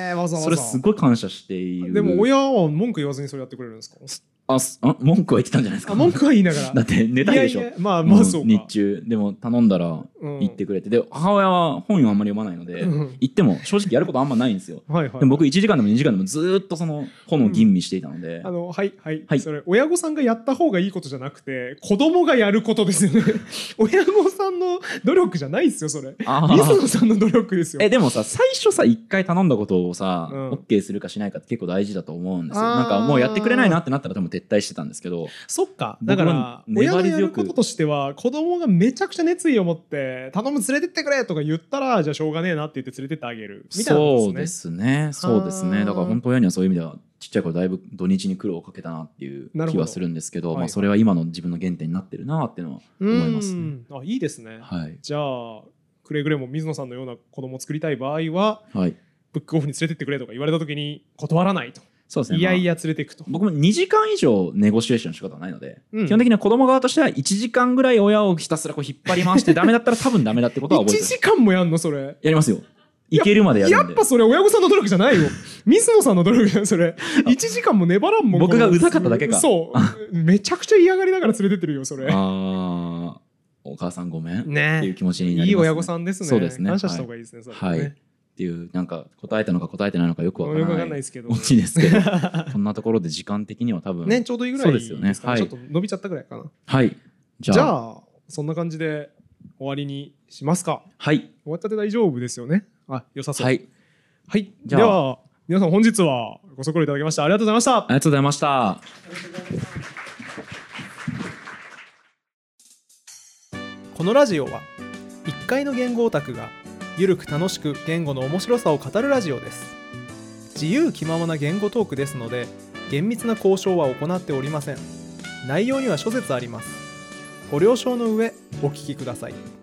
それすごい感謝している。 でも親は文句言わずにそれやってくれるんですか？ 文句は言ってたんじゃないですか。 文句は言いながらだって寝たいでしょ。 まあそうか。 日中でも頼んだら行ってくれて、で母親は本をあんまり読まないので、行っても正直やることあんまないんですよ。でも僕1時間でも2時間でもずっとその本を吟味していたので、 それ親御さんがやった方がいいことじゃなくて子供がやることですよね。親御さんの努力じゃないですよそれ。水野さんの努力ですよ。 でもさ最初さ1回頼んだことをさ OK するかしないかって結構大事だと思うんですよ。なんかもうやってくれないなってなったら多分撤退してたんですけど。 そっか。だから親のやることとしては子供がめちゃくちゃ熱意を持って頼む連れてってくれとか言ったらじゃあしょうがねえなって言って連れてってあげるみたいなことですね。 そうですね。だから本当親にはそういう意味ではちっちゃい頃だいぶ土日に苦労をかけたなっていう気はするんですけど、まあそれは今の自分の原点になってるなっていうのは思いますね。 いいですね。じゃあくれぐれも水野さんのような子供を作りたい場合は、ブックオフに連れてってくれとか言われた時に断らないと。そうですね、いやいや連れていくと。 僕も2時間以上ネゴシエーションしかないので、基本的には子供側としては1時間ぐらい親をひたすらこう引っ張り回してダメだったら多分ダメだってことは覚えてる。 1時間もやんのそれ？ やりますよ。いけるまでやるんで。 やっぱそれ親御さんの努力じゃないよ。水野さんの努力じゃんそれ。1時間も粘らんもん。 僕がうざかっただけか。 そうめちゃくちゃ嫌がりながら連れてってるよそれ。 お母さんごめんっていう気持ちになりますね。 いい親御さんですね。 そうですね。 感謝した方がいいですね。 っていうなんか答えたのか答えてないのかよくわからないですけど、 オチですけどこんなところで時間的には多分ねちょうどいいぐらいですよね。ちょっと伸びちゃったぐらいかな。じゃあそんな感じで終わりにしますか。終わったで大丈夫ですよね。良さそう。では皆さん本日はご足労いただきましてありがとうございました。 ありがとうございました。 このラジオは1階の言語オタクがゆるく楽しく言語の面白さを語るラジオです。自由気ままな言語トークですので厳密な交渉は行っておりません。内容には諸説あります。ご了承の上お聞きください。